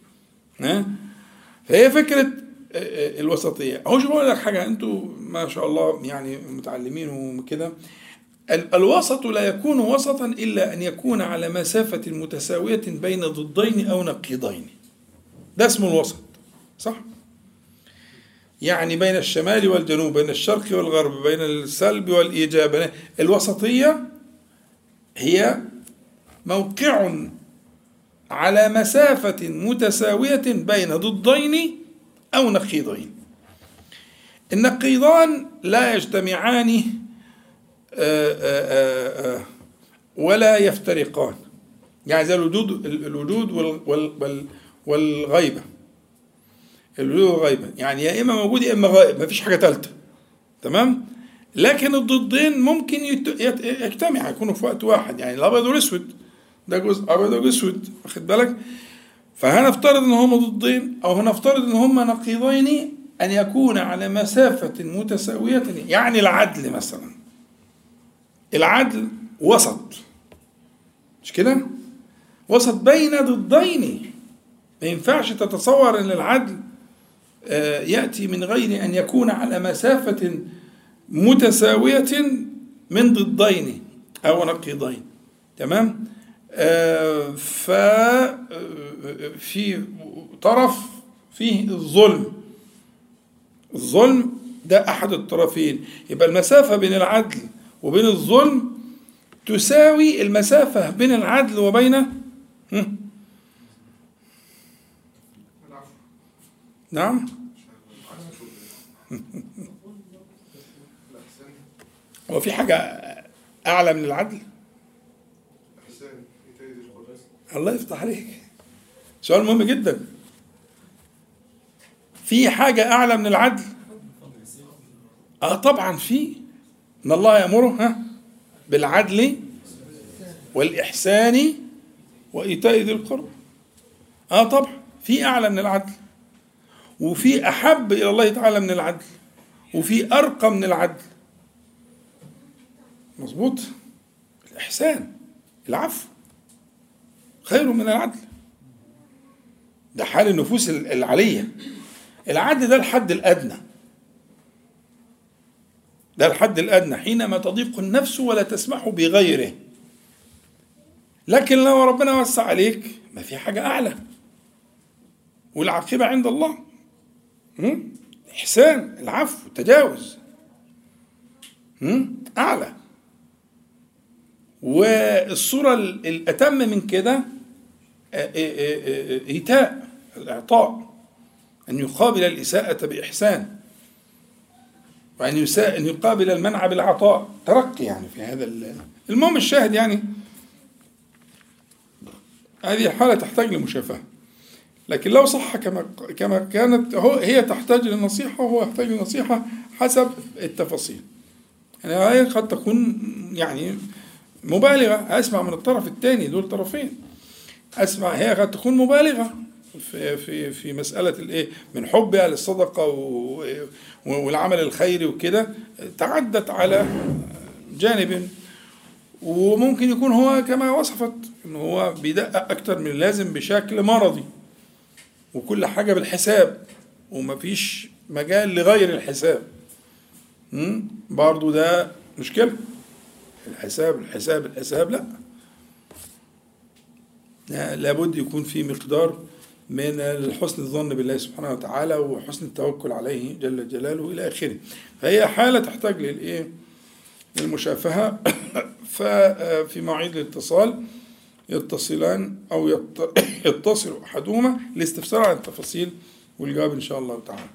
فهي فكرة الوسطية. هو شو بقول لك حاجة، أنتوا ما شاء الله يعني متعلمين وكده. الوسط لا يكون وسطا إلا أن يكون على مسافة متساوية بين ضدين أو نقيضين. ده اسمه الوسط، صح؟ يعني بين الشمال والجنوب، بين الشرق والغرب، بين السلب والإيجاب. الوسطية هي موقع على مسافة متساوية بين ضدين أو نقيضين. النقيضان لا يجتمعان ولا يفترقان، يعني زي الوجود الوجود والغيبة. الوجود والغيبة يعني يا إما موجود يا إما غائب، ما فيش حاجة ثالثة. تمام؟ لكن الضدين ممكن يجتمع، يكونوا في وقت واحد، يعني الأبيض والأسود، ده جزء أبيض وأسود، واخد بالك؟ فهنفترض إن هما ضدين أو هنفترض إن هما نقيضين، أن يكون على مسافة متساوية، يعني العدل مثلا. العدل وسط، مش كده؟ وسط بين ضدين. ما ينفعش تتصور أن العدل يأتي من غير أن يكون على مسافة متساوية من ضدين أو نقيضين. تمام؟ ففي طرف فيه الظلم، الظلم ده أحد الطرفين، يبقى المسافة بين العدل وبين الظلم تساوي المسافة بين العدل وبين هم؟ نعم. هو في حاجة أعلى من العدل؟ الله يفتح عليك، سؤال مهم جدا. في حاجة أعلى من العدل؟ آه طبعا في، إن الله يأمره ها بالعدل والإحسان وإيتاء ذي القربى. آه طبعا في أعلى من العدل، وفي أحب إلى الله تعالى من العدل، وفي أرقى من العدل. مظبوط. الإحسان، العفو، خير من العدل. ده حال النفوس العالية. العدل ده الحد الأدنى، ده الحد الأدنى حينما تضيق النفس ولا تسمح بغيره. لكن لو ربنا وسع عليك ما في حاجة أعلى، والعاقبة عند الله. إحسان، العفو، التجاوز أعلى. والصورة الأتم من كده إيتاء، الإعطاء، أن يقابل الإساءة بإحسان، وأن يساء أن يقابل المنع بالعطاء، ترقي يعني في هذا. المهم الشاهد يعني هذه الحالة تحتاج لمشافهة، لكن لو صح كما كما كانت هي تحتاج للنصيحة وهو يحتاج للنصيحة حسب التفاصيل. يعني هي قد تكون يعني مبالغة، أسمع من الطرف الثاني، دول طرفين، أسمع هي قد تكون مبالغة في في في مسألة الإيه من حبها للصدقة والعمل الخيري وكده، تعدت على جانب، وممكن يكون هو كما وصفت إنه هو بيدقق أكتر من اللازم بشكل مرضي، وكل حاجة بالحساب ومفيش مجال لغير الحساب. برضو ده مشكلة. الحساب الحساب الحساب لا، لابد يكون في مقدار من حسن الظن بالله سبحانه وتعالى وحسن التوكل عليه جل جلاله إلى آخره. فهي حالة تحتاج للإيه للمشافهة. ففي مواعيد الاتصال يتصلان أو يتصل أحدهما لاستفسار عن التفاصيل والجواب إن شاء الله تعالى.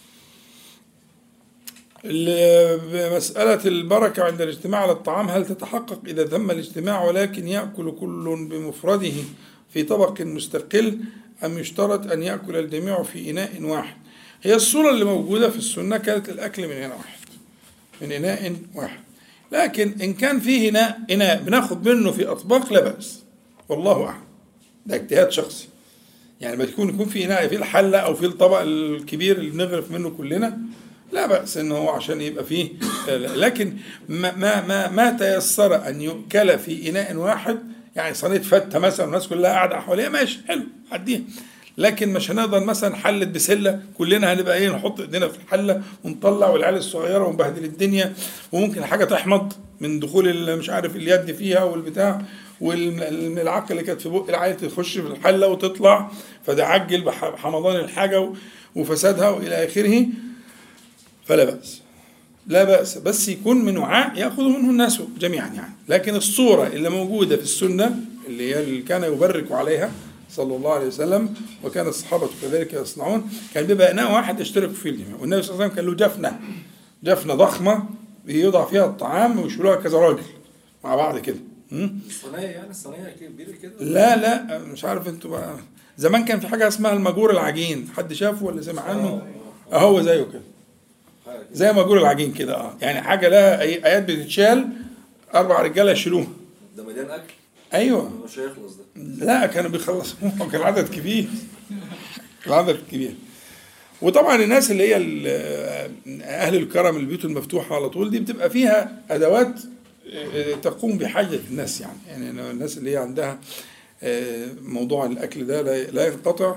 مسألة البركة عند الاجتماع على الطعام هل تتحقق إذا تم الاجتماع ولكن يأكل كل بمفرده في طبق مستقل، أم يشترط أن يأكل الجميع في إناء واحد؟ هي الصورة اللي موجودة في السنة كانت الأكل من إناء واحد، من إناء واحد. لكن إن كان فيه إناء إناء بناخد منه في أطباق لا بأس، والله أعلم، ده اجتهاد شخصي. يعني ما تكون يكون في إناء في الحلة أو في الطبق الكبير اللي بنغرف منه كلنا لا بأس إنه هو عشان يبقى فيه. لكن ما ما ما, ما تيسر أن يؤكل في إناء واحد، يعني صينية فتة مثلا والناس كلها قاعدة حواليها ماشي حلو عديها، لكن مش هنقدر مثلا حلة بسلة كلنا هنبقى ايه نحط ايدينا في الحلة ونطلع والعيال الصغيرة ونبهدل الدنيا، وممكن حاجة تحمض من دخول مش عارف اليد فيها والبتاع، والملعقة اللي كانت في بق العيال تخش في الحلة وتطلع، فده عجل بحمضان الحاجة وفسادها وإلى آخره. فلا بأس، لا بأس، بس يكون من وعاء يأخذ منه الناس جميعا يعني. لكن الصورة اللي موجودة في السنة اللي هي اللي كان يبرك عليها صلى الله عليه وسلم، وكان الصحابة كذلك يصنعون. كان بيبقى إناء واحد يشترك فيه الجميع، والنبي صلى الله عليه وسلم كان له جفنة جفنة ضخمة بيوضع فيها الطعام ويشيلوها كذا راجل مع بعض كده. الصينية يعني الصينية كبيرة كده؟ لا لا مش عارف انتوا بقى. زمان كان في حاجة اسمها المجور العجين، حد شافه ولا سمع عنه؟ اهو زيه كده، زي مجور العجين كده. اه يعني حاجة لها ايات بتتشال، اربع رجالة يشيلوها. ده مليان اكل؟ ايوه مش هيخلص ده. لا كانوا بيخلصوها، كان عدد كبير، كان عدد كبير. وطبعا الناس اللي هي اهل الكرم، البيوت المفتوحة على طول دي بتبقى فيها ادوات تقوم بحاجة الناس، يعني يعني الناس اللي هي عندها موضوع الأكل ده لا ينقطع.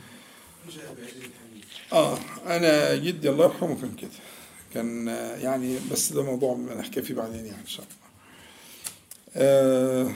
آه أنا جدي الله يرحمه كان كده، كان يعني، بس ده موضوع نحكي فيه بعدين يعني إن شاء الله. آه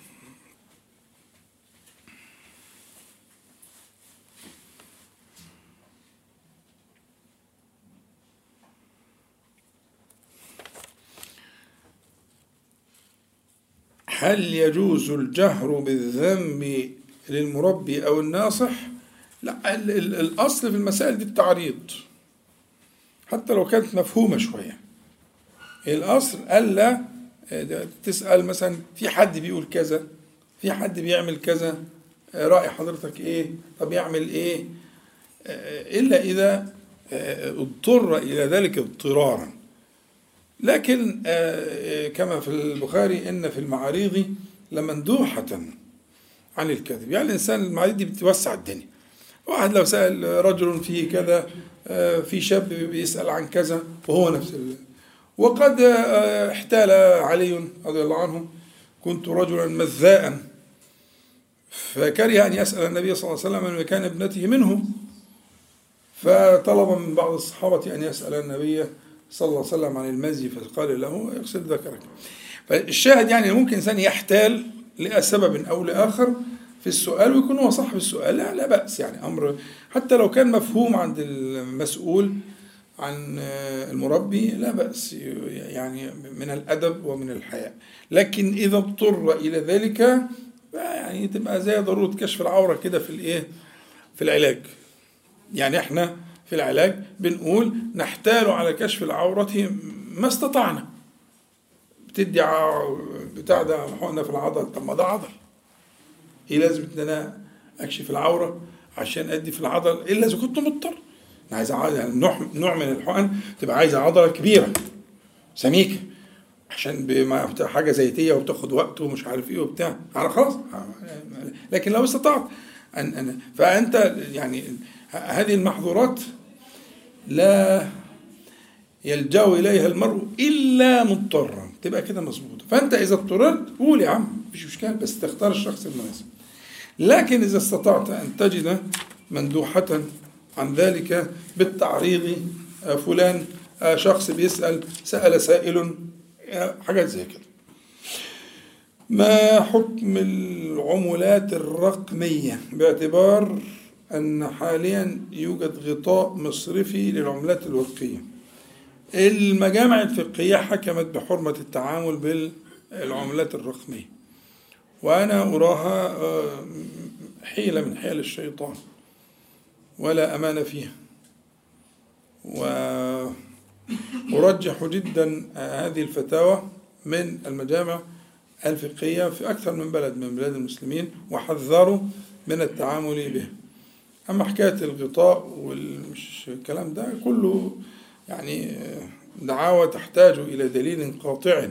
هل يجوز الجهر بالذنب للمربي أو الناصح؟ لا، الأصل في المسائل دي التعريض، حتى لو كانت مفهومة شوية. الأصل ألا تسأل مثلا في حد بيقول كذا، في حد بيعمل كذا، رأي حضرتك إيه؟ طب يعمل إيه؟ إلا إذا اضطر إلى ذلك اضطرارا. لكن كما في البخاري إن في المعاريض لمندوحة عن الكذب، يعني الإنسان المعاريض دي بتوسع الدنيا. واحد لو سأل رجل في كذا، في شاب بيسأل عن كذا وهو نفس ال... وقد احتال علي رضي الله عنه، كنت رجلا مذاء فكره أن يسأل النبي صلى الله عليه وسلم عن مكان ابنته منه، فطلب من بعض الصحابة أن يسأل النبي صلى الله عليه وسلم عن المزي، فقال له اغسل ذكرك. فالشاهد يعني ممكن إنسان يحتال لسبب أو لآخر في السؤال ويكون هو صاحب السؤال، لا, لا بأس، يعني أمر حتى لو كان مفهوم عند المسؤول عن المربي لا بأس، يعني من الأدب ومن الحياء. لكن إذا اضطر إلى ذلك يعني تبقى زي ضرورة كشف العورة كده في الإيه، في العلاج. يعني إحنا في العلاج بنقول نحتال على كشف العورة ما استطعنا. بتدي بتاع ده حقنة في العضل، طب ما ده عضل، ايه لازم ان انا اكشف العوره عشان ادي في العضل الا اذا كنت مضطر؟ انا عايز يعني نوع نوع من الحقن تبقى عايزه عضله كبيره سميكه عشان حاجه زيتيه وبتاخد وقت ومش عارف ايه وبتاع، انا خلاص. لكن لو استطعت ان انا فانت يعني هذه المحظورات لا يلجأ اليها المرء الا مضطرا، تبقى كده مظبوطه. فانت اذا اضطررت قول يا عم مفيش مشكله، بس تختار الشخص المناسب. لكن اذا استطعت ان تجد مندوحه عن ذلك بالتعريض، فلان شخص بيسأل، سأل سائل، حاجات زي كده. ما حكم العملات الرقمية باعتبار أن حاليا يوجد غطاء مصرفي للعملات الورقية؟ المجامع الفقهية حكمت بحرمة التعامل بالعملات الرقمية، وأنا أراها حيلة من حيل الشيطان ولا أمان فيها، وأرجح جدا هذه الفتاوى من المجامع الفقهية في أكثر من بلد من بلاد المسلمين، وحذروا من التعامل به. أما حكاية الغطاء والكلام ده كله يعني دعاوى تحتاج إلى دليل قاطع،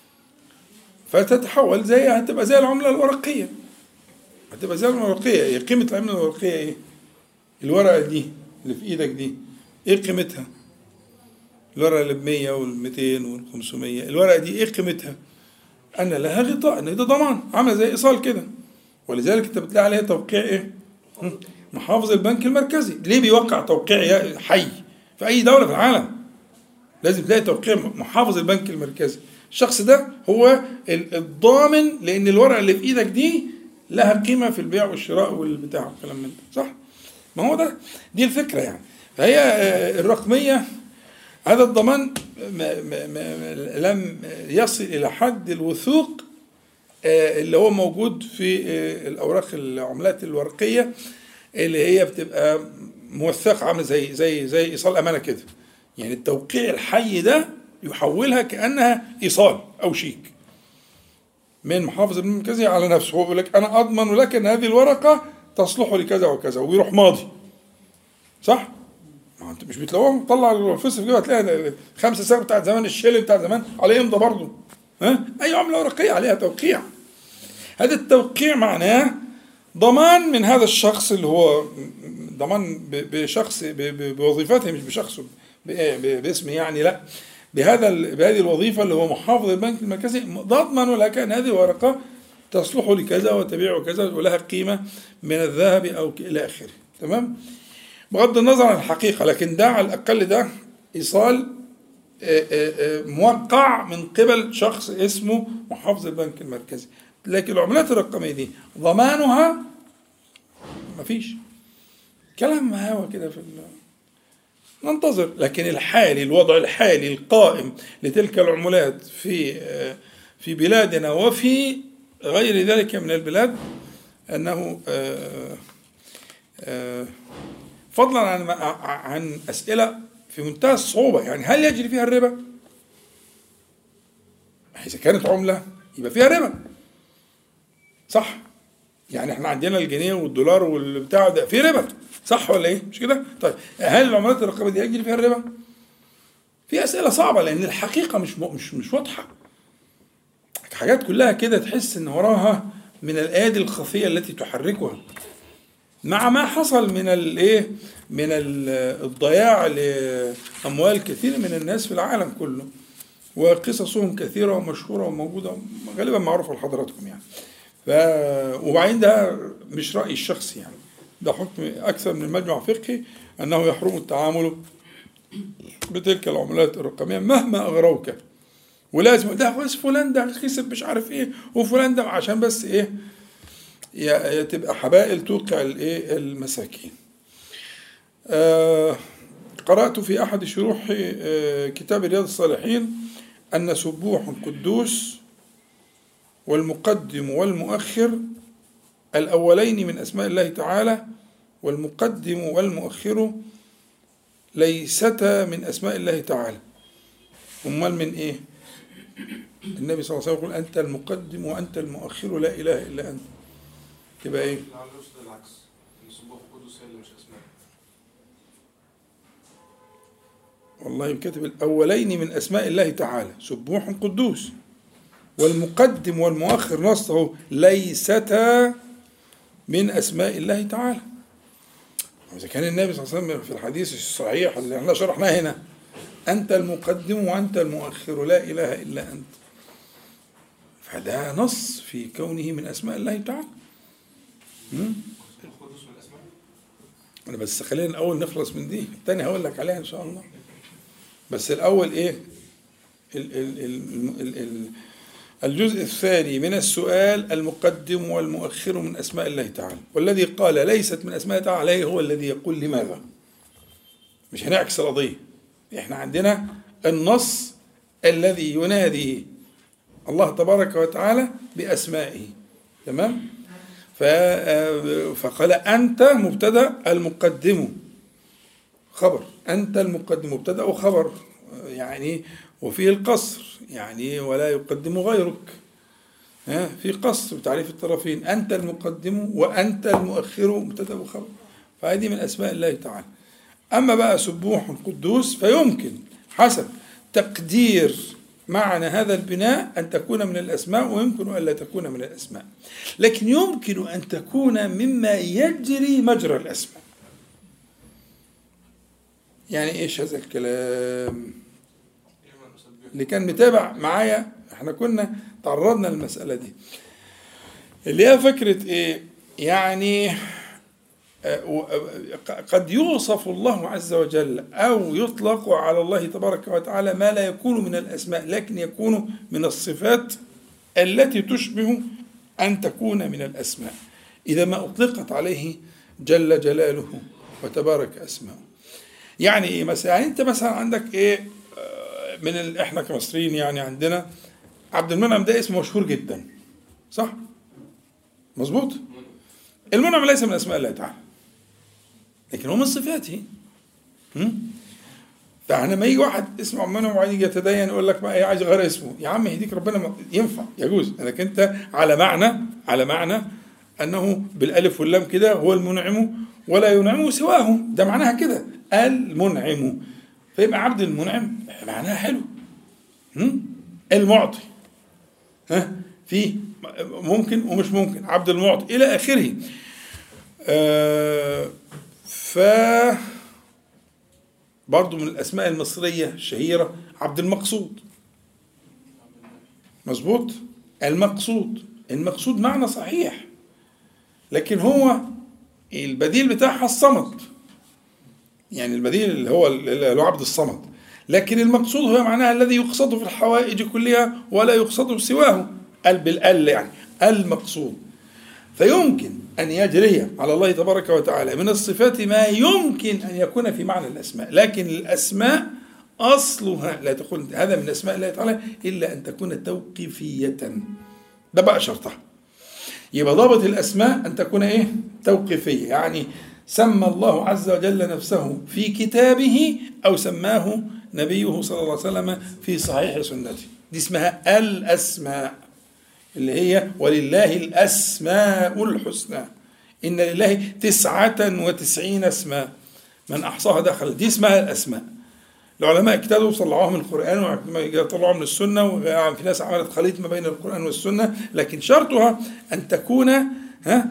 فتتحول زي هتبقى زي العملة الورقية، هتبقى زي العملة الورقية. هي قيمة العملة الورقية إيه؟ الورقة دي اللي في إيدك دي إيه قيمتها؟ الورقة اللي بمية والمئتين والخمسمية، الورقة دي إيه قيمتها؟ أن لها غطاء، أن ده ضمان، عامل زي إيصال كده. ولذلك أنت بتلاقي عليها توقيع إيه؟ محافظ البنك المركزي. ليه بيوقع توقيع حي في أي دولة في العالم؟ لازم تلاقي توقيع محافظ البنك المركزي. الشخص ده هو الضامن، لأن الورقة اللي في إيدك دي لها قيمة في البيع والشراء والبتاع والكلام من ده، صح؟ ما هو ده دي الفكرة يعني. فهي الرقمية هذا الضمان ما ما ما لم يصل إلى حد الوثوق اللي هو موجود في الأوراق العملات الورقية اللي هي بتبقى موثقة، عاملة زي زي زي إيصال أمانة كده. يعني التوقيع الحي ده يحولها كأنها إيصال أو شيك من محافظ المركزي على نفسه. هو يقول لك أنا أضمن لك أن هذه الورقة تصلح لكذا وكذا، ويروح ماضي. صح؟ ما أنت مش بتلاقوها مطلع الفلوس في جيبها تلاقي خمسة سنة بتاعت زمان، الشيل بتاع زمان عليه إمضة برضه. ها؟ أي عملة ورقية عليها توقيع. هذا التوقيع معناه ضمان من هذا الشخص، اللي هو ضمان بشخص بوظيفته، مش بشخصه باسمه يعني، لا، بهذا بهذه الوظيفة اللي هو محافظ البنك المركزي، ضمن لك أن هذه ورقة تصلح لكذا وتبيع كذا ولها قيمة من الذهب أو إلى آخره. تمام؟ بغض النظر عن الحقيقة، لكن ده على الأقل ده إيصال موقع من قبل شخص اسمه محافظ البنك المركزي. لكن العملات الرقمية دي ضمانها مفيش، كلام هوا كده في ننتظر. لكن الحالي، الوضع الحالي القائم لتلك العملات في في بلادنا وفي غير ذلك من البلاد أنه فضلا عن عن أسئلة في منتهى الصعوبة، يعني هل يجري فيها الربا؟ إذا كانت عملة يبقى فيها ربا، صح؟ يعني احنا عندنا الجنيه والدولار والبتاع ده فيه ربا، صح ولا ايه؟ مش كده؟ طيب هل العملات الرقمية دي يجري فيها الربا؟ في أسئلة صعبة لأن الحقيقة مش مش مش واضحة. حاجات كلها كده تحس إن وراها من الأيادي الخفية التي تحركها، مع ما حصل من الايه؟ من الضياع لأموال كثير من الناس في العالم كله، وقصصهم كثيرة ومشهورة وموجودة غالبا معروفة لحضراتكم يعني. ف... وبعدين ده مش رأيي الشخصي يعني، ده حكم أكثر من مجمع فقهي أنه يحرم التعامل بتلك العملات الرقمية مهما أغروك. ولازم ده بس فلان ده كسب مش عارف إيه وفلان ده، عشان بس إيه تبقى حبائل توقع الإيه المساكين. آه قرأت في أحد شروح آه كتاب رياض الصالحين أن سبوح قدوس والمقدم والمؤخر الأولين من أسماء الله تعالى، والمقدم والمؤخر ليستا من أسماء الله تعالى. أمال من إيه؟ النبي صلى الله عليه وسلم يقول أنت المقدم وأنت المؤخر لا إله إلا أنت. تبقى إيه؟ العكس، سبوح قدوس هي اللي مش أسماء. والله كتب الأولين من أسماء الله تعالى سبوح قدوس، والمقدم والمؤخر نصه ليستا من أسماء الله تعالى. إذا كان النبي صلى الله عليه وسلم في الحديث الصحيح اللي احنا شرحناه هنا أنت المقدم وأنت المؤخر لا إله إلا أنت، فده نص في كونه من أسماء الله تعالى. أنا بس خلينا الأول نخلص من دي، الثاني هقول لك عليها إن شاء الله. بس الأول إيه ال ال ال ال ال الجزء الثاني من السؤال المقدم والمؤخر من أسماء الله تعالى، والذي قال ليست من أسماء الله تعالى هو الذي يقول لماذا. مش هنعكس القضية، إحنا عندنا النص الذي ينادي الله تبارك وتعالى بأسمائه. تمام؟ فقال أنت مبتدأ، المقدم خبر، أنت المقدم مبتدأ وخبر يعني، وفيه القصر يعني ولا يقدم غيرك، ها في قصر بتعريف الطرفين، أنت المقدم وأنت المؤخر مبتدأ وخبر، فهذه من أسماء الله تعالى. أما بقى سبوح قدوس فيمكن حسب تقدير معنى هذا البناء أن تكون من الأسماء، ويمكن أن لا تكون من الأسماء، لكن يمكن أن تكون مما يجري مجرى الأسماء. يعني إيش هذا الكلام؟ اللي كان متابع معايا احنا كنا تعرضنا للمسألة دي اللي هي فكرة ايه، يعني قد يوصف الله عز وجل أو يطلق على الله تبارك وتعالى ما لا يكون من الأسماء، لكن يكون من الصفات التي تشبه أن تكون من الأسماء إذا ما أطلقت عليه جل جلاله وتبارك أسماؤه. يعني إيه مثلا؟ يعني أنت مثلا عندك إيه من ال... إحنا كمصريين يعني عندنا عبد المنعم، ده اسم مشهور جدا صح؟ مظبوط؟ المنعم ليس من أسماء الله تعالى، لكن هو من صفاته. فاحنا لما يجي واحد اسمه منعم وبعدين يجي يتدين يقول لك بقى ايه عايز غير اسمه، يا عم يهديك ربنا، ينفع يجوز انك انت على معنى على معنى انه بالالف واللام كده هو المنعم ولا ينعم سواه، ده معناها كده المنعم، فيبقى عبد المنعم معناها حلو. المعطي ها في ممكن ومش ممكن، عبد المعطي الى اخره. آه ف برضو من الاسماء المصريه الشهيره عبد المقصود. مظبوط؟ المقصود، المقصود معنى صحيح، لكن هو البديل بتاعها الصمد، يعني البديل اللي هو اللي هو عبد الصمد، لكن المقصود هو معناها الذي يقصد في الحوائج كلها ولا يقصد سواه، ال بالال يعني المقصود. فيمكن أن يجري على الله تبارك وتعالى من الصفات ما يمكن أن يكون في معنى الأسماء، لكن الأسماء أصلها لا تقول هذا من أسماء الله تعالى إلا أن تكون توقيفية، ده بقى شرطها. يبقى ضابط الأسماء أن تكون إيه؟ توقيفية، يعني سمى الله عز وجل نفسه في كتابه أو سماه نبيه صلى الله عليه وسلم في صحيح سنته، دي اسمها الأسماء، اللي هي ولله الأسماء الحسنى، إن لله تسعة وتسعين اسما من أحصاها دخل، دي اسمها الأسماء. العلماء اجتهدوا طلعوها من القرآن وطلعوها من السنة، وفي ناس عملت خليط ما بين القرآن والسنة، لكن شرطها أن تكون ها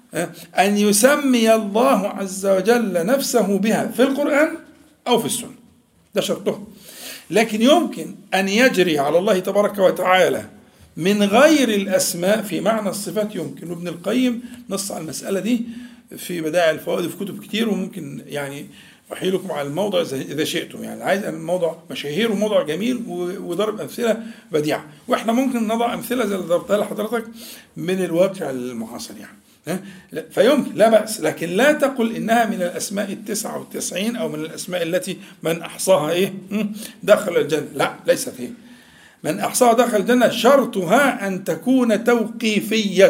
أن يسمي الله عز وجل نفسه بها في القرآن أو في السنة، ده شرطه. لكن يمكن أن يجري على الله تبارك وتعالى من غير الأسماء في معنى الصفات، يمكن. وابن القيم نص على المسألة دي في بدائع الفوائد في كتب كتير، وممكن يعني أحيلكم على الموضع إذا شئتم، يعني عايز الموضوع مشاهير وموضوع جميل وضرب أمثلة بديعة، وإحنا ممكن نضع أمثلة زي اللي ضربتها لحضرتك من الواقع المعاصر يعني. فيمكن لا بأس، لكن لا تقل إنها من الأسماء التسعة والتسعين أو من الأسماء التي من أحصاها إيه دخل الجنة، لا ليست هي. من أحصاها دخل الجنة شرطها أن تكون توقيفية،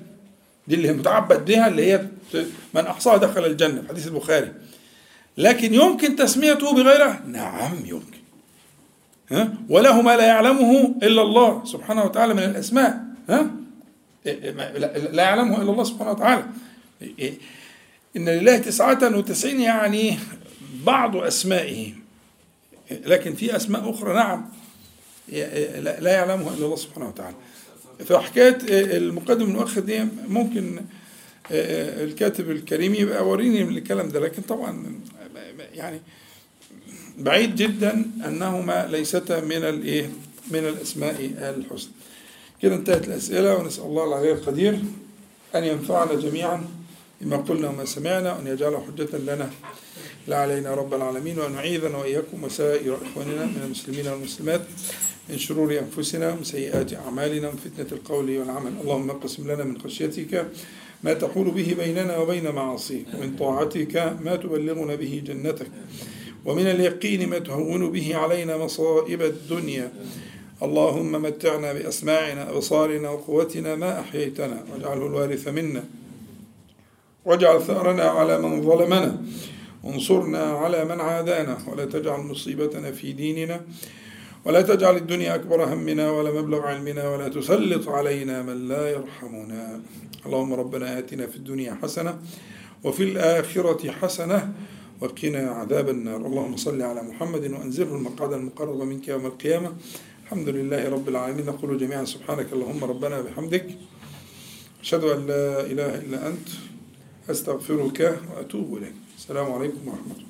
دي اللي متعبد بها، اللي هي من أحصاها دخل الجنة في حديث البخاري. لكن يمكن تسميته بغيرها، نعم يمكن، ها؟ وله ما لا يعلمه إلا الله سبحانه وتعالى من الأسماء، ها؟ لا يعلمه إلا الله سبحانه وتعالى. إن لله تسعة وتسعين يعني بعض أسمائه، لكن في أسماء أخرى نعم لا يعلمها إلا الله سبحانه وتعالى. فحكاية المقدم المؤخر دي ممكن الكاتب الكريم يبقى وريني من الكلام ده، لكن طبعا يعني بعيد جدا أنهما ليستا من الإيه من الأسماء الحسنى. كده انتهت الأسئلة، ونسأل الله العلي القدير أن ينفعنا جميعا بما قلنا وما سمعنا، وأن يجعله حجة لنا لا علينا رب العالمين، وأن يعيذنا وإياكم وسائر إخواننا من المسلمين والمسلمات من شرور أنفسنا ومن سيئات أعمالنا ومن فتنة القول والعمل. اللهم اقسم لنا من خشيتك ما تحول به بيننا وبين معاصيك، ومن طاعتك ما تبلغنا به جنتك، ومن اليقين ما تهون به علينا مصائب الدنيا. اللهم متعنا بأسماعنا أبصارنا وقوتنا ما أحييتنا، واجعله الوارث منا، واجعل ثأرنا على من ظلمنا، وانصرنا على من عادانا، ولا تجعل مصيبتنا في ديننا، ولا تجعل الدنيا أكبر همنا ولا مبلغ علمنا، ولا تسلط علينا من لا يرحمنا. اللهم ربنا آتنا في الدنيا حسنة وفي الآخرة حسنة وقنا عذاب النار. اللهم صل على محمد وأنزله المقعد المقرب منك يوم القيامة. الحمد لله رب العالمين. نقول جميعا سبحانك اللهم ربنا بحمدك، أشهد أن لا إله إلا أنت، أستغفرك وأتوب إليك. السلام عليكم ورحمة الله.